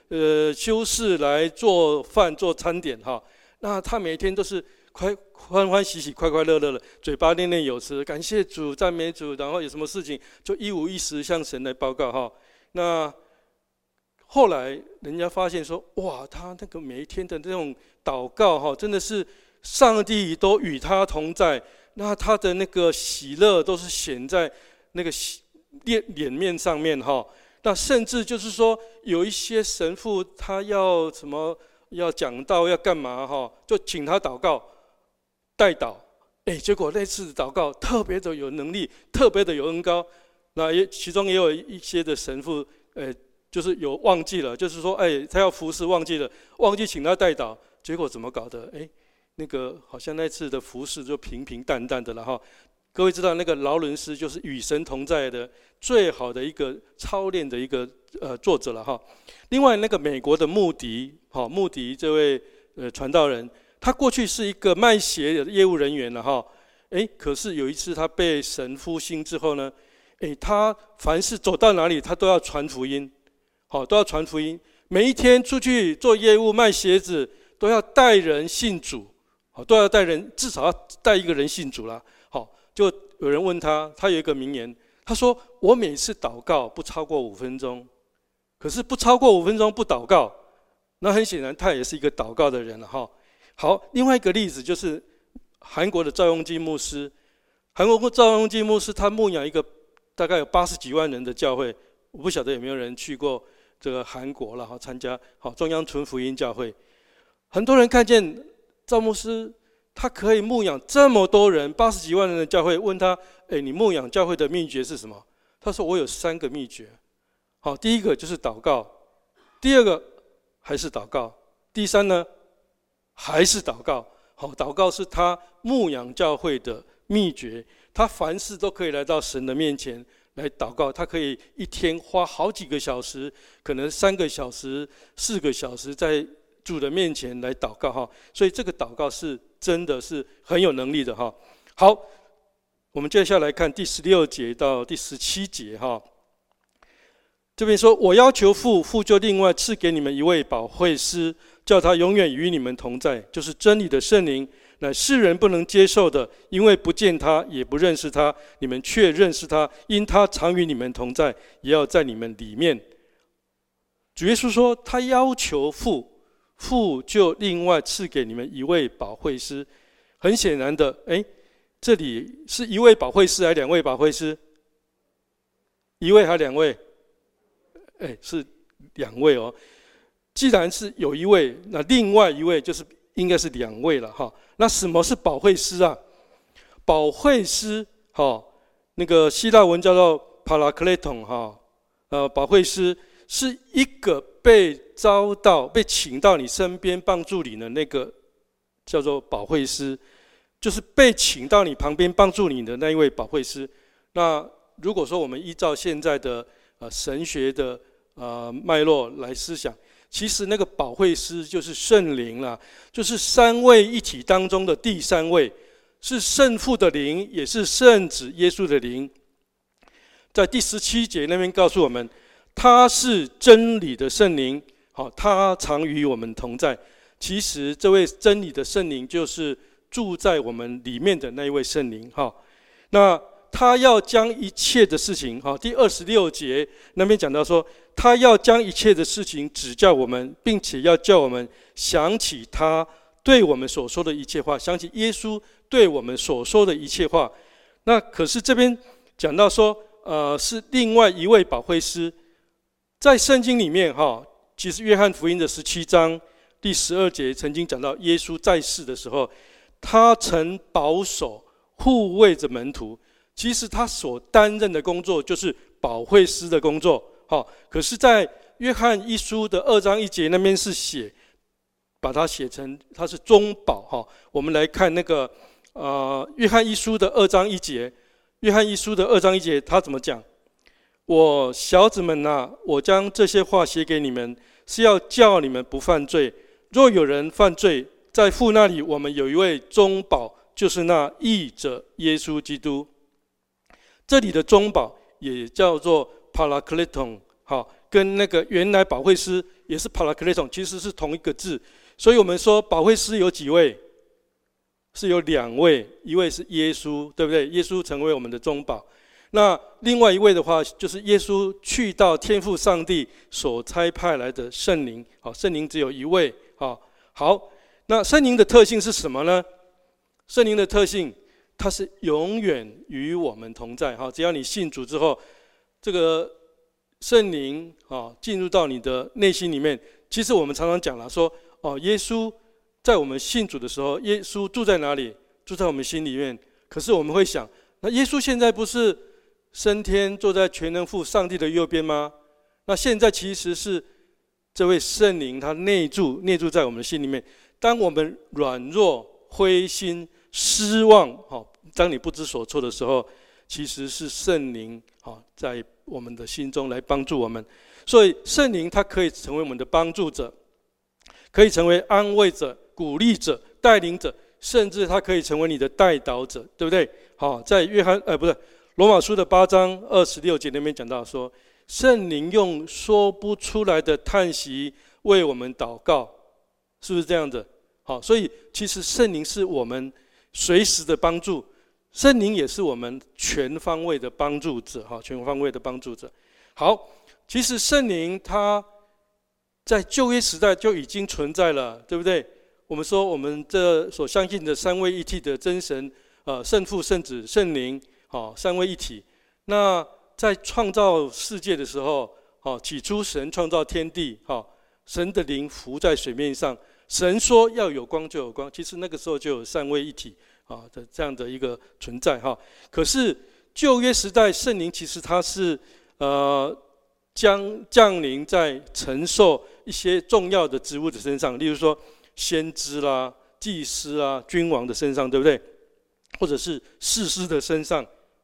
呃修士来做饭做餐点哈。那他每天都是快欢欢喜喜、快快乐乐的，嘴巴念念有词，感谢主、赞美主，然后有什么事情就一五一十向神来报告哈。那后来人家发现说，哇，他那个每一天的这种祷告哈，真的是上帝都与他同在，那他的那个喜乐都是显在那个脸脸面上面哈。那甚至就是说，有一些神父他要什么要讲道要干嘛哈，就请他祷告代祷，哎，结果那次祷告特别的有能力，特别的有恩膏。那也其中也有一些的神父，呃，就是有忘记了，就是说，哎，他要服侍忘记了，忘记请他代祷，结果怎么搞的？哎，那个好像那次的服侍就平平淡淡的了哈。各位知道那个劳伦斯就是与神同在的最好的一个操练的一个呃作者了哈。另外那个美国的穆迪，哈，穆迪这位呃传道人，他过去是一个卖鞋的业务人员了哈。哎，可是有一次他被神复兴之后呢，哎，他凡是走到哪里，他都要传福音，好，都要传福音。每一天出去做业务卖鞋子，都要带人信主，好，都要带人，至少要带一个人信主啦。好，就有人问他，他有一个名言，他说：“我每次祷告不超过五分钟，可是不超过五分钟不祷告，那很显然他也是一个祷告的人了哈。”好，另外一个例子就是韩国的赵雍基牧师，韩国赵雍基牧师他牧养一个大概有八十几万人的教会，我不晓得有没有人去过这个韩国了哈，参加好中央纯福音教会，很多人看见赵牧师。他可以牧养这么多人，八十几万人的教会，问他：“哎，你牧养教会的秘诀是什么？”他说：“我有三个秘诀。好，第一个就是祷告，第二个还是祷告，第三呢还是祷告。好，祷告是他牧养教会的秘诀。他凡事都可以来到神的面前来祷告，他可以一天花好几个小时，可能三个小时、四个小时在主的面前来祷告哈。所以这个祷告是。”真的是很有能力的哈。好，我们接下来看第十六节到第十七节哈。这边说：“我要求父，父就另外赐给你们一位保惠师，叫他永远与你们同在，就是真理的圣灵，乃世人不能接受的，因为不见他，也不认识他，你们却认识他，因他常与你们同在，也要在你们里面。”主耶稣说，他要求父。父就另外赐给你们一位保惠师，很显然的，哎，这里是一位保惠师还是两位保惠师？一位还是两位？哎，是两位哦。既然是有一位，那另外一位就是应该是两位了哈。那什么是保惠师啊？保惠师，哈，那个希腊文叫做 parakleton 哈，呃，保惠师是一个被招到、被请到你身边帮助你的那个叫做保惠师，就是被请到你旁边帮助你的那一位保惠师。那如果说我们依照现在的呃神学的呃脉络来思想，其实那个保惠师就是圣灵啦，就是三位一体当中的第三位，是圣父的灵，也是圣子耶稣的灵。在第十七节那边告诉我们，他是真理的圣灵。好，他常与我们同在。其实这位真理的圣灵就是住在我们里面的那一位圣灵。哈，那他要将一切的事情，哈，第二十六节那边讲到说，他要将一切的事情指教我们，并且要叫我们想起他对我们所说的一切话，想起耶稣对我们所说的一切话。那可是这边讲到说，呃，是另外一位保惠师，在圣经里面，哈。其实约翰福音的十七章第十二节曾经讲到，耶稣在世的时候，他曾保守护卫着门徒。其实他所担任的工作就是保惠师的工作。好，可是在约翰一书的二章一节那边是写，把它写成他是中保。哈，我们来看那个呃约翰一书的二章一节，约翰一书的二章一节他怎么讲？我小子们啊，我将这些话写给你们，是要叫你们不犯罪。若有人犯罪，在父那里我们有一位中保，就是那义者耶稣基督。这里的中保也叫做 parakleton， 好， 跟那个原来保惠师也是 parakleton， 其实是同一个字。所以我们说保惠师有几位？是有两位，一位是耶稣，对不对？耶稣成为我们的中保。那另外一位的话，就是耶稣去到天父上帝所差派来的圣灵。好，圣灵只有一位。好，好，那圣灵的特性是什么呢？圣灵的特性，它是永远与我们同在。好，只要你信主之后，这个圣灵啊进入到你的内心里面。其实我们常常讲了说，哦，耶稣在我们信主的时候，耶稣住在哪里？住在我们心里面。可是我们会想，那耶稣现在不是升天坐在全能父上帝的右边吗？那现在其实是这位圣灵他内住内住在我们的心里面。当我们软弱、灰心、失望，当你不知所措的时候，其实是圣灵在我们的心中来帮助我们。所以圣灵他可以成为我们的帮助者，可以成为安慰者、鼓励者、带领者，甚至他可以成为你的代祷者，对不对？好，在约翰呃不是罗马书的八章二十六节那边讲到说，圣灵用说不出来的叹息为我们祷告，是不是这样的？好，所以其实圣灵是我们随时的帮助，圣灵也是我们全方位的帮助者，哈，全方位的帮助者。好，其实圣灵它在旧约时代就已经存在了，对不对？我们说我们这所相信的三位一体的真神，呃，圣父、圣子、圣灵，好，三位一体。那在创造世界的时候，好，起初神创造天地，好，神的灵浮在水面上，神说要有光就有光。其实那个时候就有三位一体啊的这样的一个存在哈。可是旧约时代，圣灵其实它是呃将降临在承受一些重要的职务的身上，例如说先知啦、祭司啦、君王的身上，对不对？或者是士师的身上。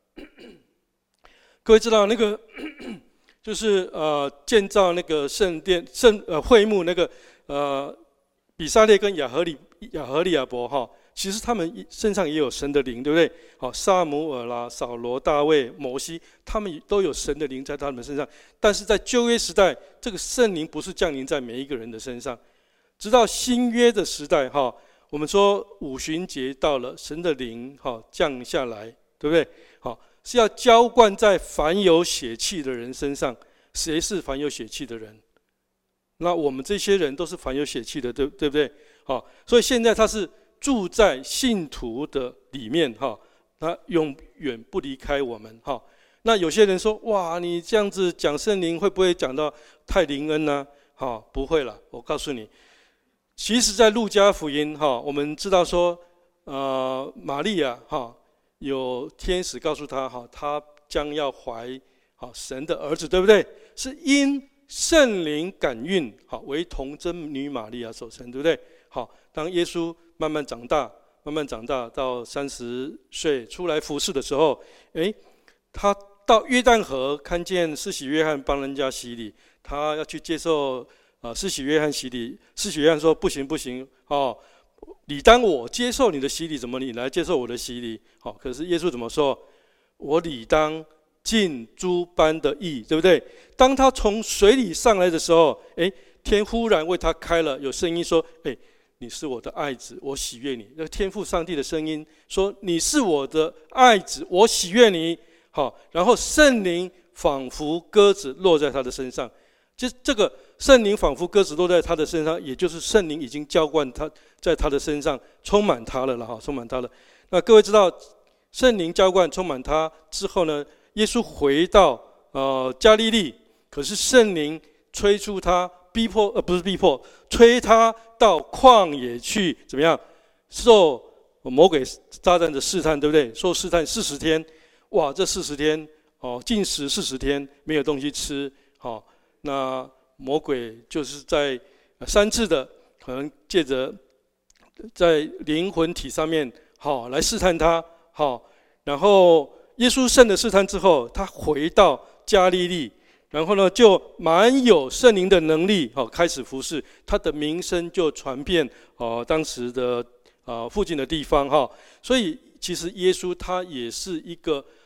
各位知道那个就是呃建造那个圣殿圣呃会幕那个呃比撒列跟亚和里亚和利亚伯哈，其实他们身上也有神的灵，对不对？好，撒母耳啦、扫罗、大卫、摩西，他们都有神的灵在他们身上。但是在旧约时代，这个圣灵不是降临在每一个人的身上。直到新约的时代哈，我们说五旬节到了，神的灵哈降下来，对不对？好，是要浇灌在凡有血气的人身上。谁是凡有血气的人？那我们这些人都是凡有血气的，对对不对？好，所以现在他是住在信徒的里面哈，他永远不离开我们哈。那有些人说，哇，你这样子讲圣灵会不会讲到太灵恩呢？好，不会了，我告诉你。其实，在路加福音哈，我们知道说，呃，玛利亚哈有天使告诉她哈，她将要怀好神的儿子，对不对？是因圣灵感孕，好为童贞女玛利亚所生，对不对？好，当耶稣慢慢长大，慢慢长大到三十岁出来服侍的时候，哎，他到约旦河看见施洗约翰帮人家洗礼，他要去接受。啊，施洗约翰洗礼，施洗约翰说不行不行，哦，理当我接受你的洗礼，怎么你来接受我的洗礼？好，可是耶稣怎么说？我理当尽诸般的义，对不对？当他从水里上来的时候，哎，天忽然为他开了，有声音说：“哎，你是我的爱子，我喜悦你。”那天父上帝的声音说：“你是我的爱子，我喜悦你。”好，然后圣灵仿佛鸽子落在他的身上，就这个。圣灵仿佛鸽子落在他的身上，也就是圣灵已经浇灌他，在他的身上充满他了了哈，充满他了。那各位知道，圣灵浇灌充满他之后呢，耶稣回到呃加利利，可是圣灵催促他，逼迫呃不是逼迫，催他到旷野去，怎么样？受魔鬼撒旦的试探，对不对？受试探四十天，哇，这四十天哦，禁食四十天，没有东西吃，好，那。魔鬼就是在三次的可能借着在灵魂体上面好来试探他，好，然后耶稣胜了试探之后，他回到加利利，然后呢就满有圣灵的能力，好开始服侍，他的名声就传遍哦当时的啊附近的地方哈，所以其实耶稣他也是一个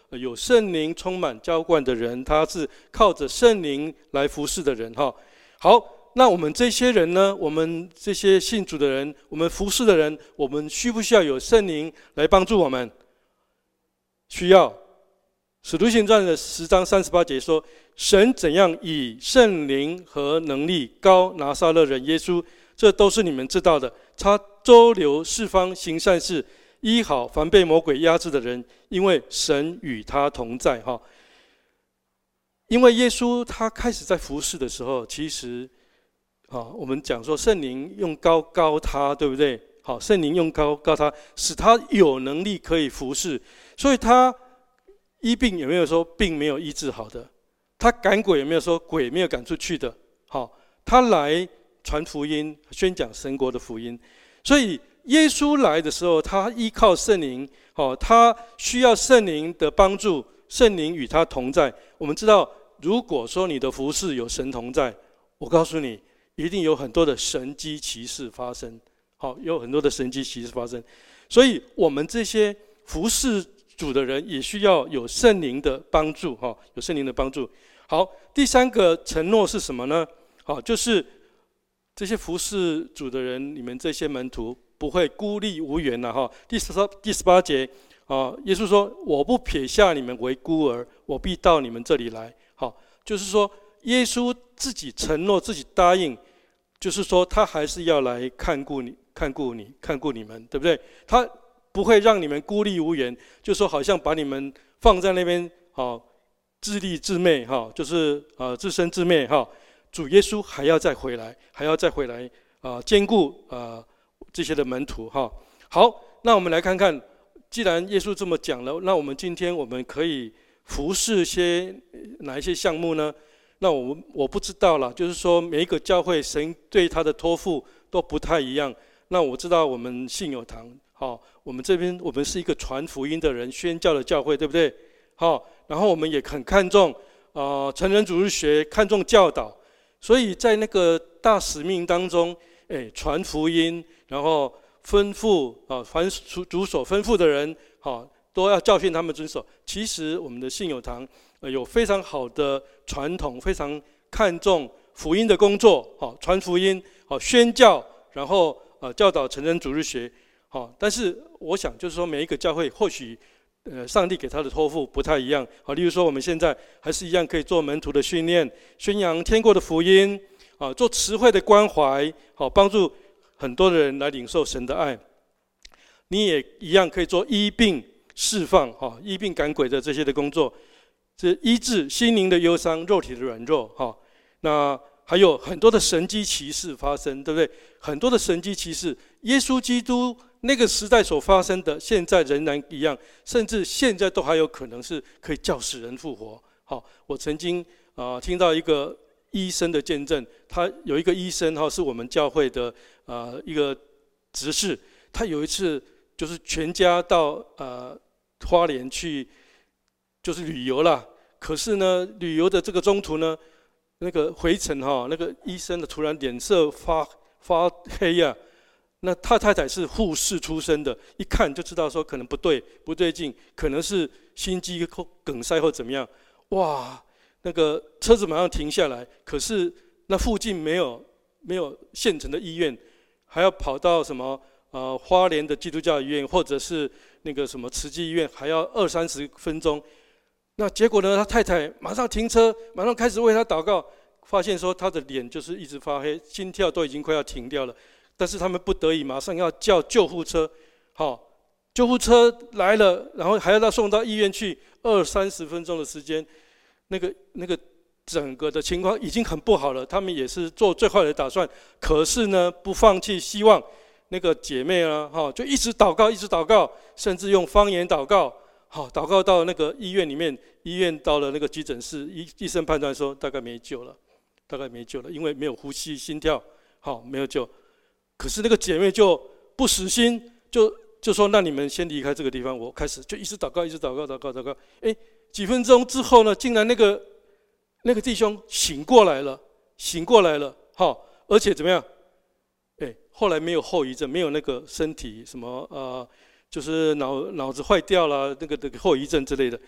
有圣灵充满浇灌的人，他是靠着圣灵来服侍的人哈。好，那我们这些人呢？我们这些信主的人，我们服侍的人，我们需不需要有圣灵来帮助我们？需要。使徒行传的十章三十八节说：“神怎样以圣灵和能力膏拿撒勒人耶稣，这都是你们知道的。他周流四方行善事，医好凡被魔鬼压制的人，因为神与他同在。”哈，因为耶稣他开始在服侍的时候，其实啊，我们讲说圣灵用膏膏他，对不对？好，圣灵用膏膏他，使他有能力可以服侍，所以他医病有没有说病没有医治好的？他赶鬼有没有说鬼没有赶出去的？好，他来传福音，宣讲神国的福音。所以耶稣来的时候，他依靠圣灵，好，他需要圣灵的帮助，圣灵与他同在。我们知道，如果说你的服事有神同在，我告诉你，一定有很多的神迹奇事发生。好，有很多的神迹奇事发生。所以我们这些服事主的人也需要有圣灵的帮助，哈，有圣灵的帮助。好，第三个承诺是什么呢？好，就是这些服侍主的人，你们这些门徒不会孤立无援了，哈。第十第十八节啊，耶稣说：“我不撇下你们为孤儿，我必到你们这里来。”好，就是说耶稣自己承诺，自己答应，就是说他还是要来看顾你、看顾你、看顾你们，对不对？他不会让你们孤立无援，就说好像把你们放在那边，好，自立自灭，哈，就是呃自生自灭，哈。主耶稣还要再回来，还要再回来啊、呃，兼顾啊、呃、这些的门徒，哈。好，那我们来看看，既然耶稣这么讲了，那我们今天我们可以服侍些哪一些项目呢？那我我不知道啦，就是说每一个教会神对他的托付都不太一样。那我知道我们信友堂，好，我们这边我们是一个传福音的人、宣教的教会，对不对？好，然后我们也很看重啊、呃、成人主日学，看重教导，所以在那个大使命当中，哎，传福音，然后吩咐啊，凡主所吩咐的人，好，都要教训他们遵守。其实我们的信友堂呃有非常好的传统，非常看重福音的工作，好，传福音，好，宣教，然后啊教导成人主日学。好，但是我想就是说，每一个教会或许，呃，上帝给他的托付不太一样。好，例如说我们现在还是一样可以做门徒的训练，宣扬天国的福音，啊，做慈惠的关怀，好，帮助很多的人来领受神的爱。你也一样可以做医病释放，哈，医病赶鬼的这些的工作，这医治心灵的忧伤、肉体的软弱，哈。那还有很多的神迹奇事发生，对不对？很多的神迹奇事，耶稣基督那个时代所发生的，现在仍然一样，甚至现在都还有可能是可以叫死人复活。好，我曾经啊、呃、听到一个医生的见证，他有一个医生哈，是我们教会的啊、呃、一个执事，他有一次就是全家到呃花莲去，就是旅游啦。可是呢，旅游的这个中途呢，那个回程哈，那个医生的突然脸色发发黑呀、啊。那他太太是护士出身的，一看就知道说可能不对不对劲，可能是心肌梗塞或怎么样。哇，那个车子马上停下来，可是那附近没有没有现成的医院，还要跑到什么呃花莲的基督教医院，或者是那个什么慈济医院，还要二三十分钟。那结果呢，他太太马上停车，马上开始为他祷告，发现说他的脸就是一直发黑，心跳都已经快要停掉了。但是他们不得已，马上要叫救护车。好，救护车来了，然后还要他送到医院去，二三十分钟的时间，那个那个整个的情况已经很不好了。他们也是做最坏的打算，可是呢，不放弃希望。那个姐妹啊，哈，就一直祷告，一直祷告，甚至用方言祷告。好，祷告到那个医院里面，医院到了那个急诊室，医医生判断说大概没救了，大概没救了，因为没有呼吸、心跳，好，没有救。可是那个姐妹就不死心，就就说那你们先离开这个地方，我开始就一直祷告，一直祷告，祷告，祷告。哎，几分钟之后呢，竟然那个那个弟兄醒过来了，醒过来了，好，而且怎么样？哎，后来没有后遗症，没有那个身体什么呃。就是脑脑子坏掉了，那个的后遗症之类的，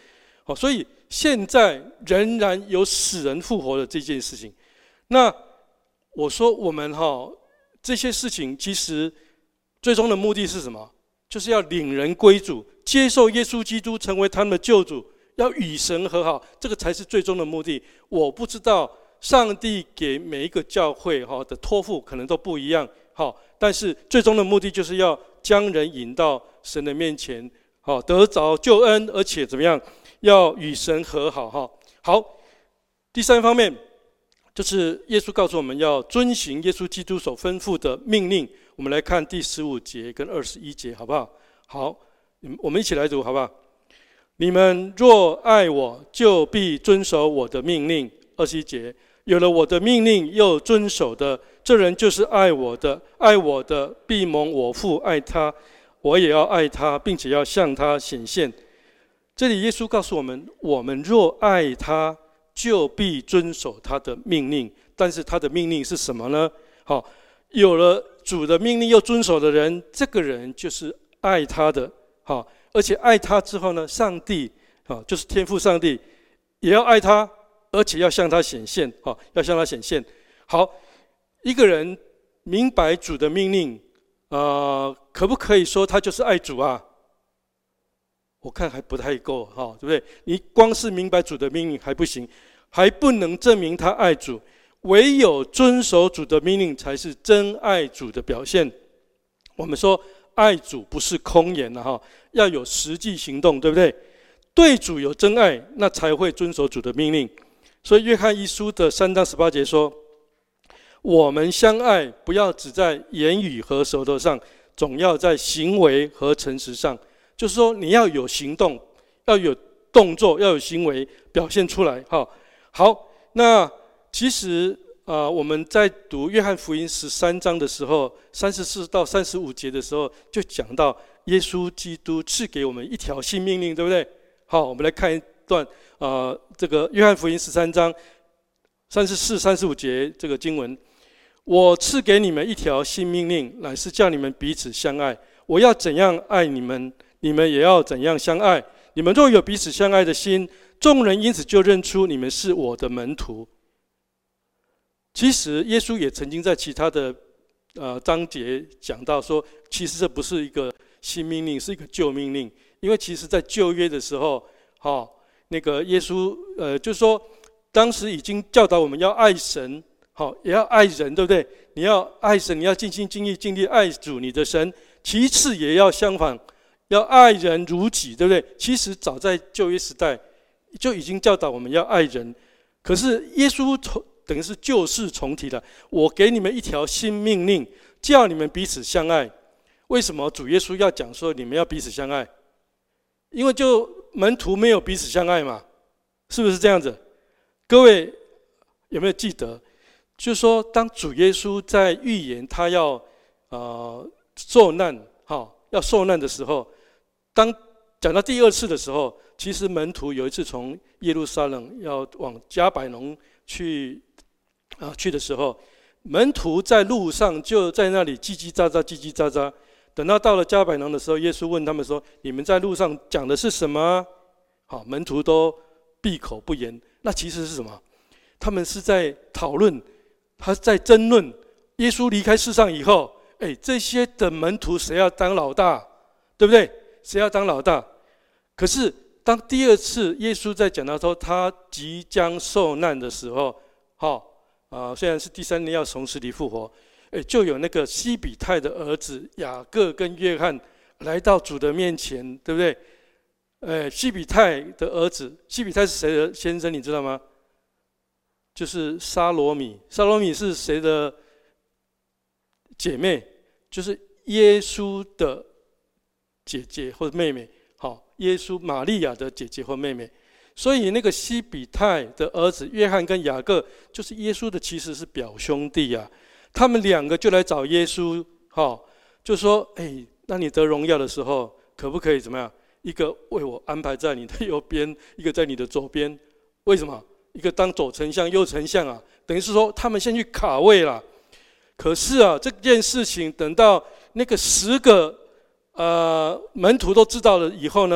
好，所以现在仍然有死人复活的这件事情。那我说我们哈这些事情，其实最终的目的是什么？就是要领人归主，接受耶稣基督成为他们的救主，要与神和好，这个才是最终的目的。我不知道上帝给每一个教会哈的托付可能都不一样，好，但是最终的目的就是要将人引到神的面前，好，得着救恩，而且怎么样？要与神和好哈。好，第三方面就是耶稣告诉我们要遵行耶稣基督所吩咐的命令。我们来看第十五节跟二十一节，好不好？好，我们一起来读，好不好？你们若爱我，就必遵守我的命令。二十一节，有了我的命令又遵守的，这人就是爱我的。爱我的，必蒙我父爱他，我也要爱他，并且要向他显现。这里耶稣告诉我们，我们若爱他，就必遵守他的命令。但是他的命令是什么呢？好，有了主的命令又遵守的人，这个人就是爱他的。好，而且爱他之后呢，上帝啊，就是天父上帝也要爱他，而且要向他显现。好，要向他显现。好，一个人明白主的命令，呃，可不可以说他就是爱主啊？我看还不太够，哈，对不对？你光是明白主的命令还不行，还不能证明他爱主。唯有遵守主的命令，才是真爱主的表现。我们说爱主不是空言的哈，要有实际行动，对不对？对主有真爱，那才会遵守主的命令。所以约翰一书的三章十八节说：“我们相爱，不要只在言语和舌头上，总要在行为和诚实上。”就是说，你要有行动，要有动作，要有行为表现出来。哈，好，那其实啊、呃，我们在读约翰福音十三章的时候，三十四到三十五节的时候，就讲到耶稣基督赐给我们一条新命令，对不对？好，我们来看一段啊、呃，这个约翰福音十三章三十四、三十五节这个经文：我赐给你们一条新命令，乃是叫你们彼此相爱。我要怎样爱你们，你们也要怎样相爱。你们若有彼此相爱的心，众人因此就认出你们是我的门徒。其实耶稣也曾经在其他的呃章节讲到说，其实这不是一个新命令，是一个旧命令。因为其实在旧约的时候，哦，那个耶稣呃就是说，当时已经教导我们要爱神，好，也要爱人，对不对？你要爱神，你要尽心尽意尽力爱主你的神。其次也要相反，要爱人如己，对不对？其实早在旧约时代就已经教导我们要爱人。可是耶稣等于是旧事重提了，我给你们一条新命令，叫你们彼此相爱。为什么主耶稣要讲说你们要彼此相爱？因为就门徒没有彼此相爱嘛，是不是这样子？各位有没有记得？就是说，当主耶稣在预言他要呃受难，哈，要受难的时候，当讲到第二次的时候，其实门徒有一次从耶路撒冷要往迦百农去啊去的时候，门徒在路上就在那里叽叽喳喳叽叽喳喳。等到到了迦百农的时候，耶稣问他们说：“你们在路上讲的是什么？”好，门徒都闭口不言。那其实是什么？他们是在讨论，他在争论耶稣离开世上以后，哎，这些的门徒谁要当老大，对不对？谁要当老大？可是当第二次耶稣在讲到说他即将受难的时候，好啊，虽然是第三年要从死里复活，哎，就有那个西比泰的儿子雅各跟约翰来到主的面前，对不对？哎，西比泰的儿子，西比泰是谁的先生？你知道吗？就是沙罗米。沙罗米是谁的姐妹？就是耶稣的姐姐或者妹妹。好，耶稣玛利亚的姐姐或妹妹。所以那个西比泰的儿子约翰跟雅各，就是耶稣的其实是表兄弟啊。他们两个就来找耶稣，好，就说：“哎，那你得荣耀的时候，可不可以怎么样？一个为我安排在你的右边，一个在你的左边。为什么？一个当左丞相、右丞相啊？等于是说他们先去卡位了。可是啊，这件事情等到那个十个呃门徒都知道了以后呢，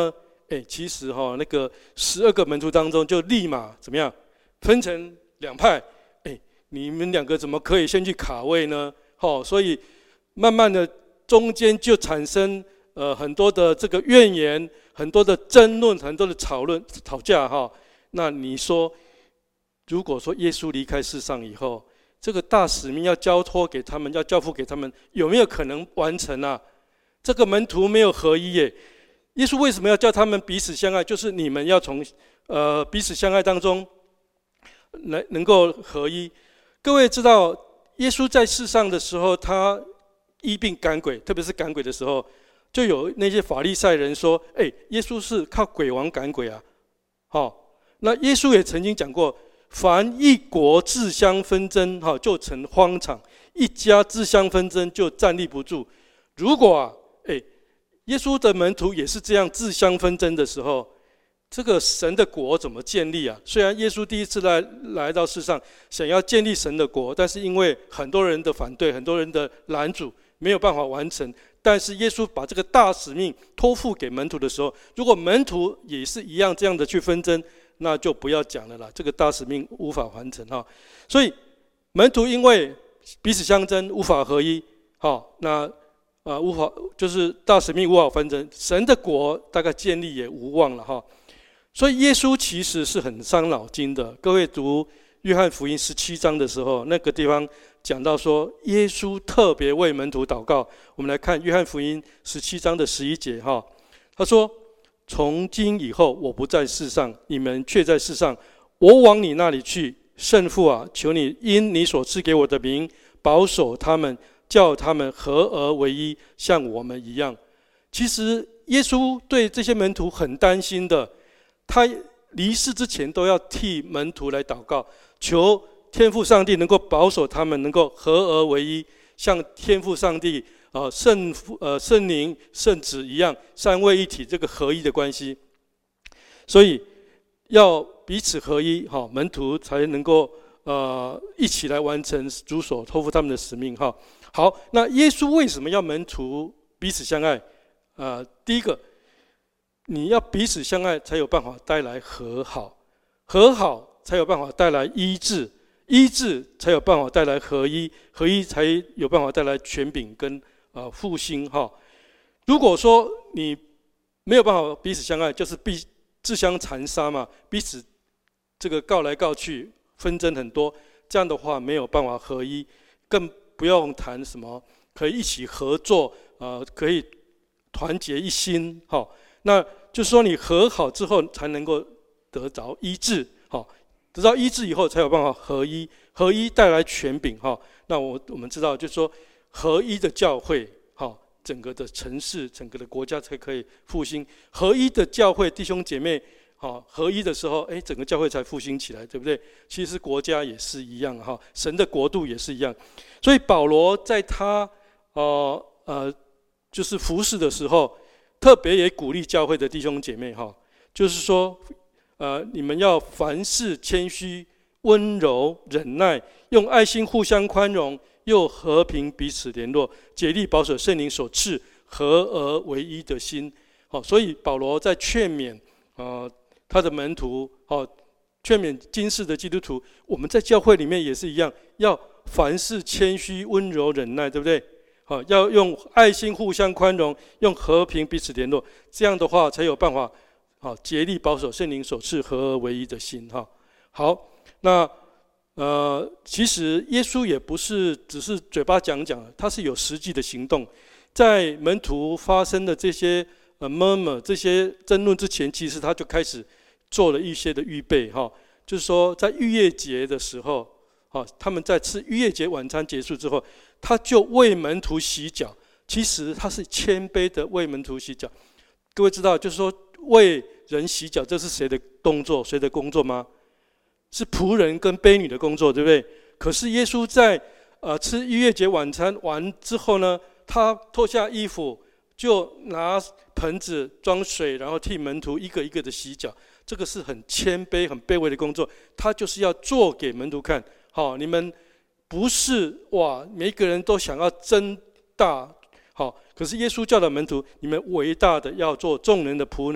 哎，其实哈、哦，那个十二个门徒当中，就立马怎么样，分成两派。哎，你们两个怎么可以先去卡位呢？好、哦，所以慢慢的中间就产生呃很多的这个怨言，很多的争论，很多的讨论吵架哈、哦。那你说，如果说耶稣离开世上以后，这个大使命要交托给他们，要交付给他们，有没有可能完成啊？这个门徒没有合一耶。耶稣为什么要叫他们彼此相爱？就是你们要从呃彼此相爱当中来能够合一。各位知道，耶稣在世上的时候，他医病赶鬼，特别是赶鬼的时候，就有那些法利赛人说：“哎，耶稣是靠鬼王赶鬼啊！”好、哦，那耶稣也曾经讲过。凡一国自相纷争，哈，就成荒场；一家自相纷争，就站立不住。如果啊，哎，耶稣的门徒也是这样自相纷争的时候，这个神的国怎么建立啊？虽然耶稣第一次来来到世上，想要建立神的国，但是因为很多人的反对，很多人的拦阻，没有办法完成。但是耶稣把这个大使命托付给门徒的时候，如果门徒也是一样这样的去纷争，那就不要讲了啦，这个大使命无法完成哈。所以门徒因为彼此相争，无法合一，好，那啊无法就是大使命无法完成，神的国大概建立也无望了哈。所以耶稣其实是很伤脑筋的。各位读约翰福音十七章的时候，那个地方讲到说，耶稣特别为门徒祷告。我们来看约翰福音十七章的十一节哈，他说。从今以后，我不在世上，你们却在世上。我往你那里去，圣父啊，求你因你所赐给我的名，保守他们，叫他们合而为一，像我们一样。其实耶稣对这些门徒很担心的，他离世之前都要替门徒来祷告，求天父上帝能够保守他们，能够合而为一，像天父上帝。啊，圣父、呃圣灵、圣子一样，三位一体这个合一的关系，所以要彼此合一，哈，门徒才能够呃一起来完成主所托付他们的使命，哈。好，那耶稣为什么要门徒彼此相爱？啊、呃，第一个，你要彼此相爱，才有办法带来和好，和好才有办法带来医治，医治才有办法带来合一，合一才有办法带来权柄跟。啊，复兴哈！如果说你没有办法彼此相爱，就是必自相残杀嘛，彼此这个告来告去，纷争很多，这样的话没有办法合一，更不用谈什么可以一起合作啊、呃，可以团结一心哈。那就是说你和好之后，才能够得着医治，哈，得到医治以后才有办法合一，合一带来权柄哈。那我我们知道，就是说。合一的教会，好，整个的城市、整个的国家才可以复兴。合一的教会弟兄姐妹，好，合一的时候，哎，整个教会才复兴起来，对不对？其实国家也是一样哈，神的国度也是一样。所以保罗在他呃呃就是服侍的时候，特别也鼓励教会的弟兄姐妹哈，就是说，呃，你们要凡事谦虚、温柔、忍耐，用爱心互相宽容。又和平彼此联络，竭力保守圣灵所赐合而为一的心。好，所以保罗在劝勉呃他的门徒，好，劝勉今世的基督徒，我们在教会里面也是一样，要凡事谦虚、温柔、忍耐，对不对？好，要用爱心互相宽容，用和平彼此联络，这样的话才有办法，好，竭力保守圣灵所赐合而为一的心。哈，好，那。呃，其实耶稣也不是只是嘴巴讲讲，他是有实际的行动。在门徒发生的这些呃 murmur 这些争论之前，其实他就开始做了一些的预备哈。就是说，在逾越节的时候，啊，他们在吃逾越节晚餐结束之后，他就为门徒洗脚。其实他是谦卑的为门徒洗脚。各位知道，就是说为人洗脚，这是谁的动作、谁的工作吗？是仆人跟婢女的工作，对不对？可是耶稣在呃吃逾越节晚餐完之后呢，他脱下衣服，就拿盆子装水，然后替门徒一个一个的洗脚。这个是很谦卑、很卑微的工作，他就是要做给门徒看。好，你们不是哇，每一个人都想要争大，好，可是耶稣教导门徒，你们伟大的要做众人的仆人。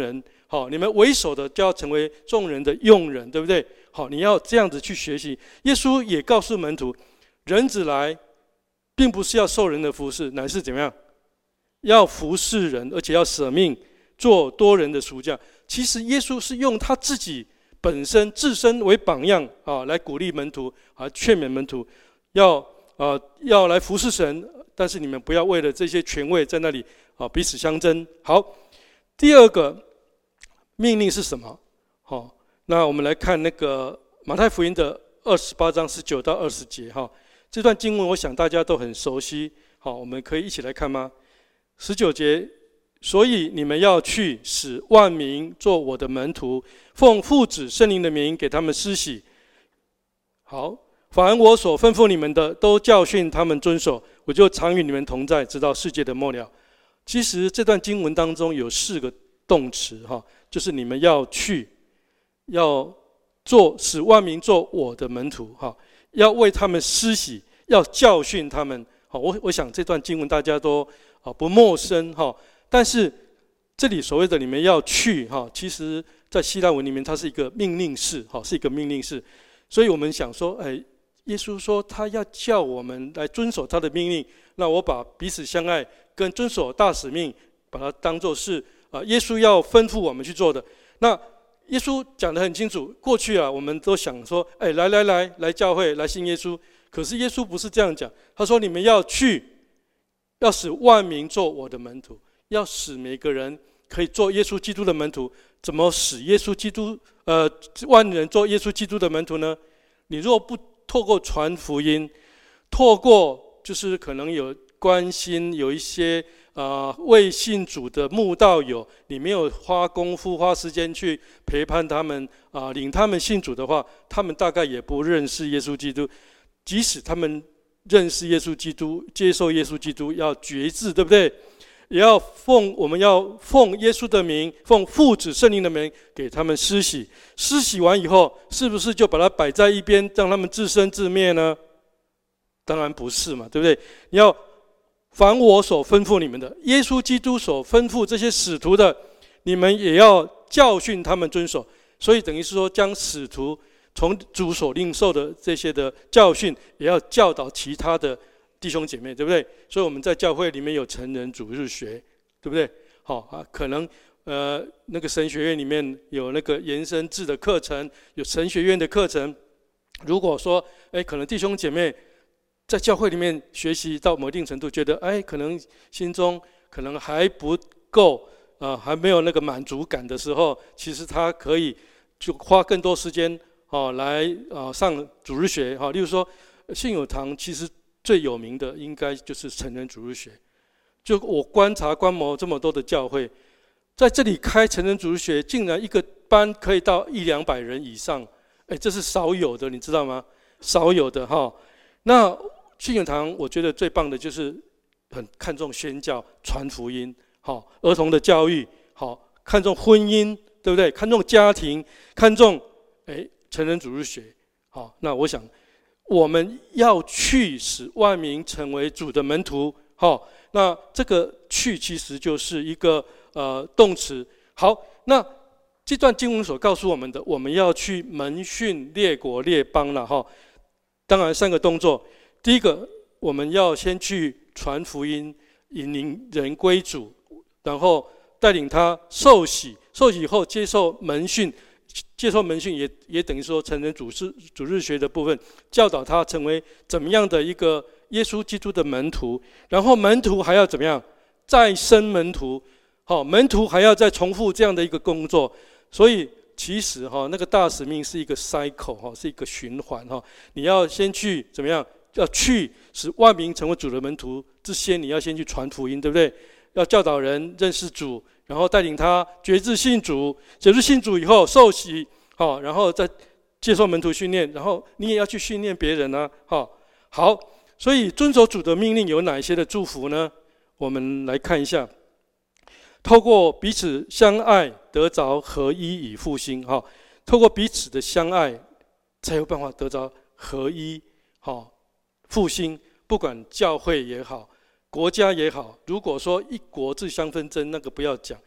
好，你们为首的就要成为众人的用人，对不对？好，你要这样子去学习。耶稣也告诉门徒，人子来，并不是要受人的服侍，乃是怎么样？要服侍人，而且要舍命，做多人的赎价。其实耶稣是用他自己本身自身为榜样啊，来鼓励门徒啊，劝勉门徒要啊要来服侍神。但是你们不要为了这些权位在那里啊彼此相争。好，第二个命令是什么？好，那我们来看那个马太福音的二十八章十九到二十节哈。这段经文我想大家都很熟悉，好，我们可以一起来看吗？十九节，所以你们要去，使万民做我的门徒，奉父子圣灵的名给他们施洗。好，凡我所吩咐你们的，都教训他们遵守，我就常与你们同在，直到世界的末了。其实这段经文当中有四个动词哈，就是你们要去，要做，使万民做我的门徒哈，要为他们施洗，要教训他们。好，我我想这段经文大家都啊不陌生哈，但是这里所谓的你们要去哈，其实在希腊文里面它是一个命令式哈，是一个命令式，所以我们想说，哎，耶稣说他要叫我们来遵守他的命令，那我把彼此相爱跟遵守大使命，把它当作是啊耶稣要吩咐我们去做的。那耶稣讲得很清楚，过去啊我们都想说，哎，来来来来教会来信耶稣，可是耶稣不是这样讲，他说你们要去，要使万民做我的门徒，要使每个人可以做耶稣基督的门徒。怎么使耶稣基督呃万人做耶稣基督的门徒呢？你若不透过传福音，透过就是可能有关心有一些啊未信主的慕道友，你没有花功夫花时间去陪伴他们啊，领他们信主的话，他们大概也不认识耶稣基督。即使他们认识耶稣基督，接受耶稣基督，要决志，对不对？也要奉我们要奉耶稣的名，奉父子圣灵的名给他们施洗。施洗完以后，是不是就把它摆在一边，让他们自生自灭呢？当然不是嘛，对不对？你要凡我所吩咐你们的，耶稣基督所吩咐这些使徒的，你们也要教训他们遵守。所以等于是说，将使徒从主所领受的这些的教训，也要教导其他的弟兄姐妹，对不对？所以我们在教会里面有成人主日学，对不对？好啊，可能呃那个神学院里面有那个延伸制的课程，有神学院的课程。如果说哎，可能弟兄姐妹在教会里面学习到某一定程度，觉得哎，可能心中可能还不够啊、呃，还没有那个满足感的时候，其实他可以就花更多时间啊来啊上主日学哈。例如说信友堂其实最有名的应该就是成人主日学。就我观察观摩这么多的教会，在这里开成人主日学，竟然一个班可以到一两百人以上，哎，这是少有的，你知道吗？少有的哈。那信友堂我觉得最棒的就是很看重宣教、传福音，好，儿童的教育，好，看重婚姻，对不对？看重家庭，看重哎成人主日学，好，那我想我们要去使万民成为主的门徒，好，那这个去其实就是一个呃动词。好，那这段经文所告诉我们的，我们要去门训列国列邦了哈。当然三个动作，第一个我们要先去传福音，引领人归主，然后带领他受洗，受洗以后接受门训，接受门训也也等于说成人主日主日学的部分，教导他成为怎么样的一个耶稣基督的门徒，然后门徒还要怎么样再生门徒，好，门徒还要再重复这样的一个工作。所以其实哈那个大使命是一个 cycle 哈，是一个循环哈。你要先去怎么样？要去使万民成为主的门徒之前，你要先去传福音，对不对？要教导人认识主，然后带领他决志信主，决志信主以后受洗，好，然后再接受门徒训练，然后你也要去训练别人啊，好，好，所以遵守主的命令有哪一些的祝福呢？我们来看一下，透过彼此相爱得着合一与复兴，哈，透过彼此的相爱，才有办法得着合一，好，复兴。不管教会也好，国家也好，如果说一国自相纷争，那个不要讲。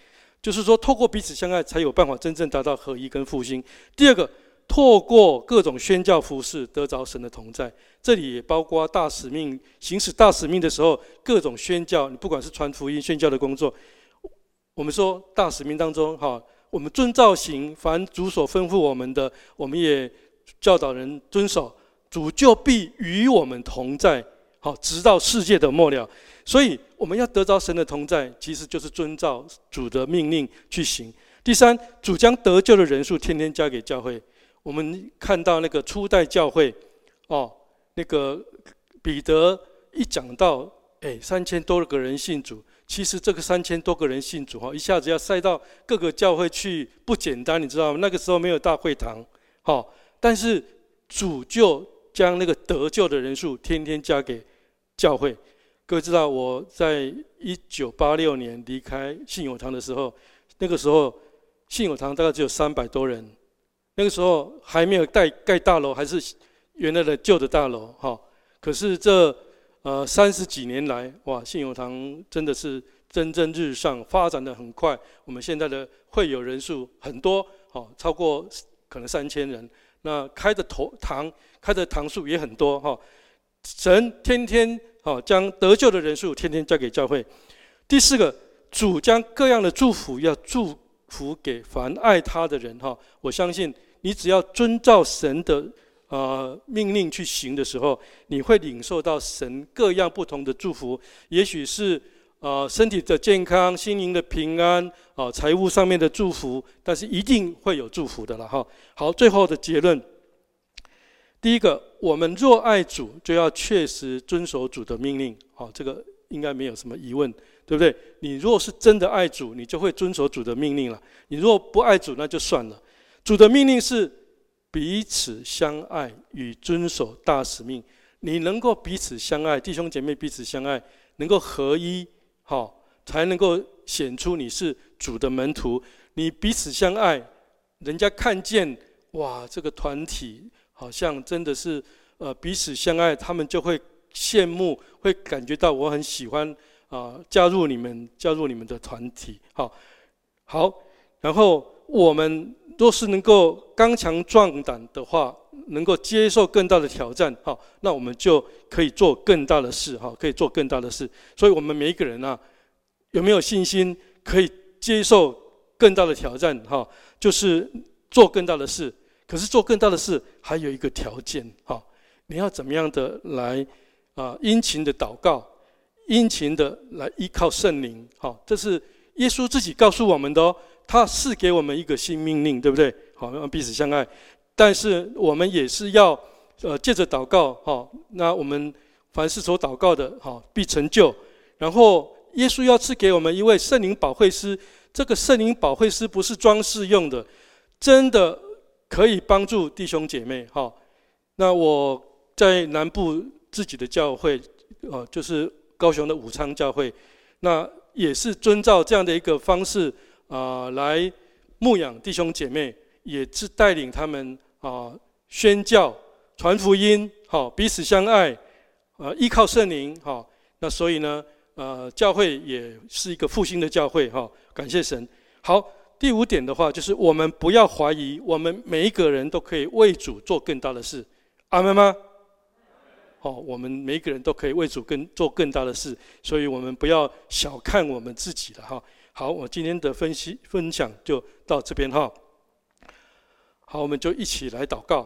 就是说透过彼此相爱才有办法真正达到合一跟复兴。第二个，透过各种宣教服事得着神的同在，这里也包括大使命，行使大使命的时候各种宣教，你不管是传福音宣教的工作，我们说大使命当中哈，我们遵照行，凡主所吩咐我们的，我们也教导人遵守，主就必与我们同在，好，直到世界的末了。所以我们要得着神的同在，其实就是遵照主的命令去行。第三，主将得救的人数天天加给教会。我们看到那个初代教会，哦，那个彼得一讲到，哎，三千多个人信主，其实这个三千多个人信主，哈，一下子要塞到各个教会去，不简单，你知道吗？那个时候没有大会堂，好，但是主就将那个得救的人数天天加给教会。各位知道，我在一九八六年离开信友堂的时候，那个时候信友堂大概只有三百多人，那个时候还没有盖盖大楼，还是原来的旧的大楼，哈。可是这呃三十几年来，哇，信友堂真的是蒸蒸日上，发展得很快。我们现在的会友人数很多，好，超过可能三千人。那开的头堂开的堂数也很多，哈。神天天好将得救的人数天天交给教会。第四个，主将各样的祝福要祝福给凡爱他的人，哈。我相信你只要遵照神的呃命令去行的时候，你会领受到神各样不同的祝福，也许是呃身体的健康、心灵的平安、啊、呃、财务上面的祝福，但是一定会有祝福的了，哈。好，最后的结论。第一个，我们若爱主，就要确实遵守主的命令。好，这个应该没有什么疑问，对不对？你若是真的爱主，你就会遵守主的命令了。你若不爱主，那就算了。主的命令是彼此相爱与遵守大使命。你能够彼此相爱，弟兄姐妹彼此相爱，能够合一，好，才能够显出你是主的门徒。你彼此相爱，人家看见，哇，这个团体好像真的是呃彼此相爱，他们就会羡慕，会感觉到我很喜欢啊、呃，加入你们，加入你们的团体。好，好，然后我们若是能够刚强壮胆的话，能够接受更大的挑战，好，那我们就可以做更大的事，好，可以做更大的事。所以我们每一个人啊，有没有信心可以接受更大的挑战？哈，就是做更大的事。可是做更大的事还有一个条件，哈，你要怎么样的来啊殷勤的祷告，殷勤的来依靠圣灵，哈，这是耶稣自己告诉我们的哦。他是给我们一个新命令，对不对？好，要彼此相爱。但是我们也是要呃借着祷告，哈，那我们凡是所祷告的，哈，必成就。然后耶稣要赐给我们一位圣灵保惠师，这个圣灵保惠师不是装饰用的，真的可以帮助弟兄姐妹，哈。那我在南部自己的教会，呃，就是高雄的武昌教会，那也是遵照这样的一个方式啊、呃，来牧养弟兄姐妹，也是带领他们啊、呃、宣教、传福音，好，彼此相爱，呃，依靠圣灵，好。那所以呢，呃，教会也是一个复兴的教会，哈，感谢神。好。第五点的话，就是我们不要怀疑，我们每一个人都可以为主做更大的事，阿们吗？好，我们每一个人都可以为主更做更大的事，所以我们不要小看我们自己了哈。好，我今天的分析分享就到这边哈。好，我们就一起来祷告。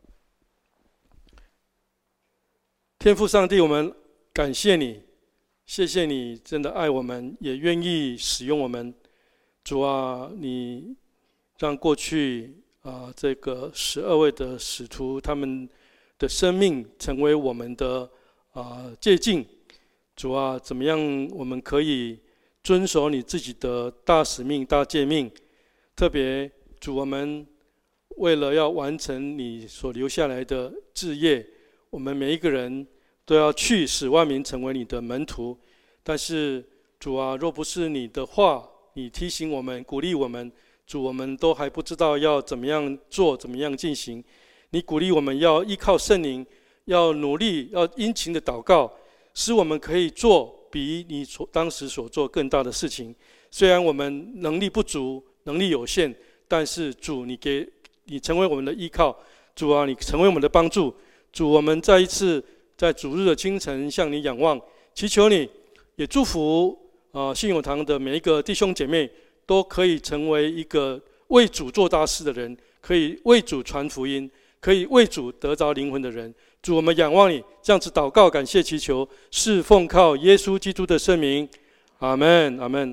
天父上帝，我们感谢你，谢谢你真的爱我们，也愿意使用我们。主啊，你让过去啊、呃、这个十二位的使徒，他们的生命成为我们的啊、呃、借鉴。主啊，怎么样我们可以遵守你自己的大使命、大诫命？特别主，我们为了要完成你所留下来的志业，我们每一个人都要去使万民成为你的门徒。但是主啊，若不是你的话，你提醒我们，鼓励我们，主，我们都还不知道要怎么样做，怎么样进行。你鼓励我们要依靠圣灵，要努力，要殷勤的祷告，使我们可以做比你所当时所做更大的事情， 虽然我们能力不足，能力有限，但是主，你给你成为我们的依靠，主啊，你成为我们的帮助。主，我们再一次在主日的清晨向你仰望，祈求你也祝福啊、呃、信友堂的每一个弟兄姐妹，都可以成为一个为主做大事的人，可以为主传福音，可以为主得着灵魂的人。主，我们仰望你，这样子祷告，感谢祈求，是奉靠耶稣基督的圣名，阿们，阿们。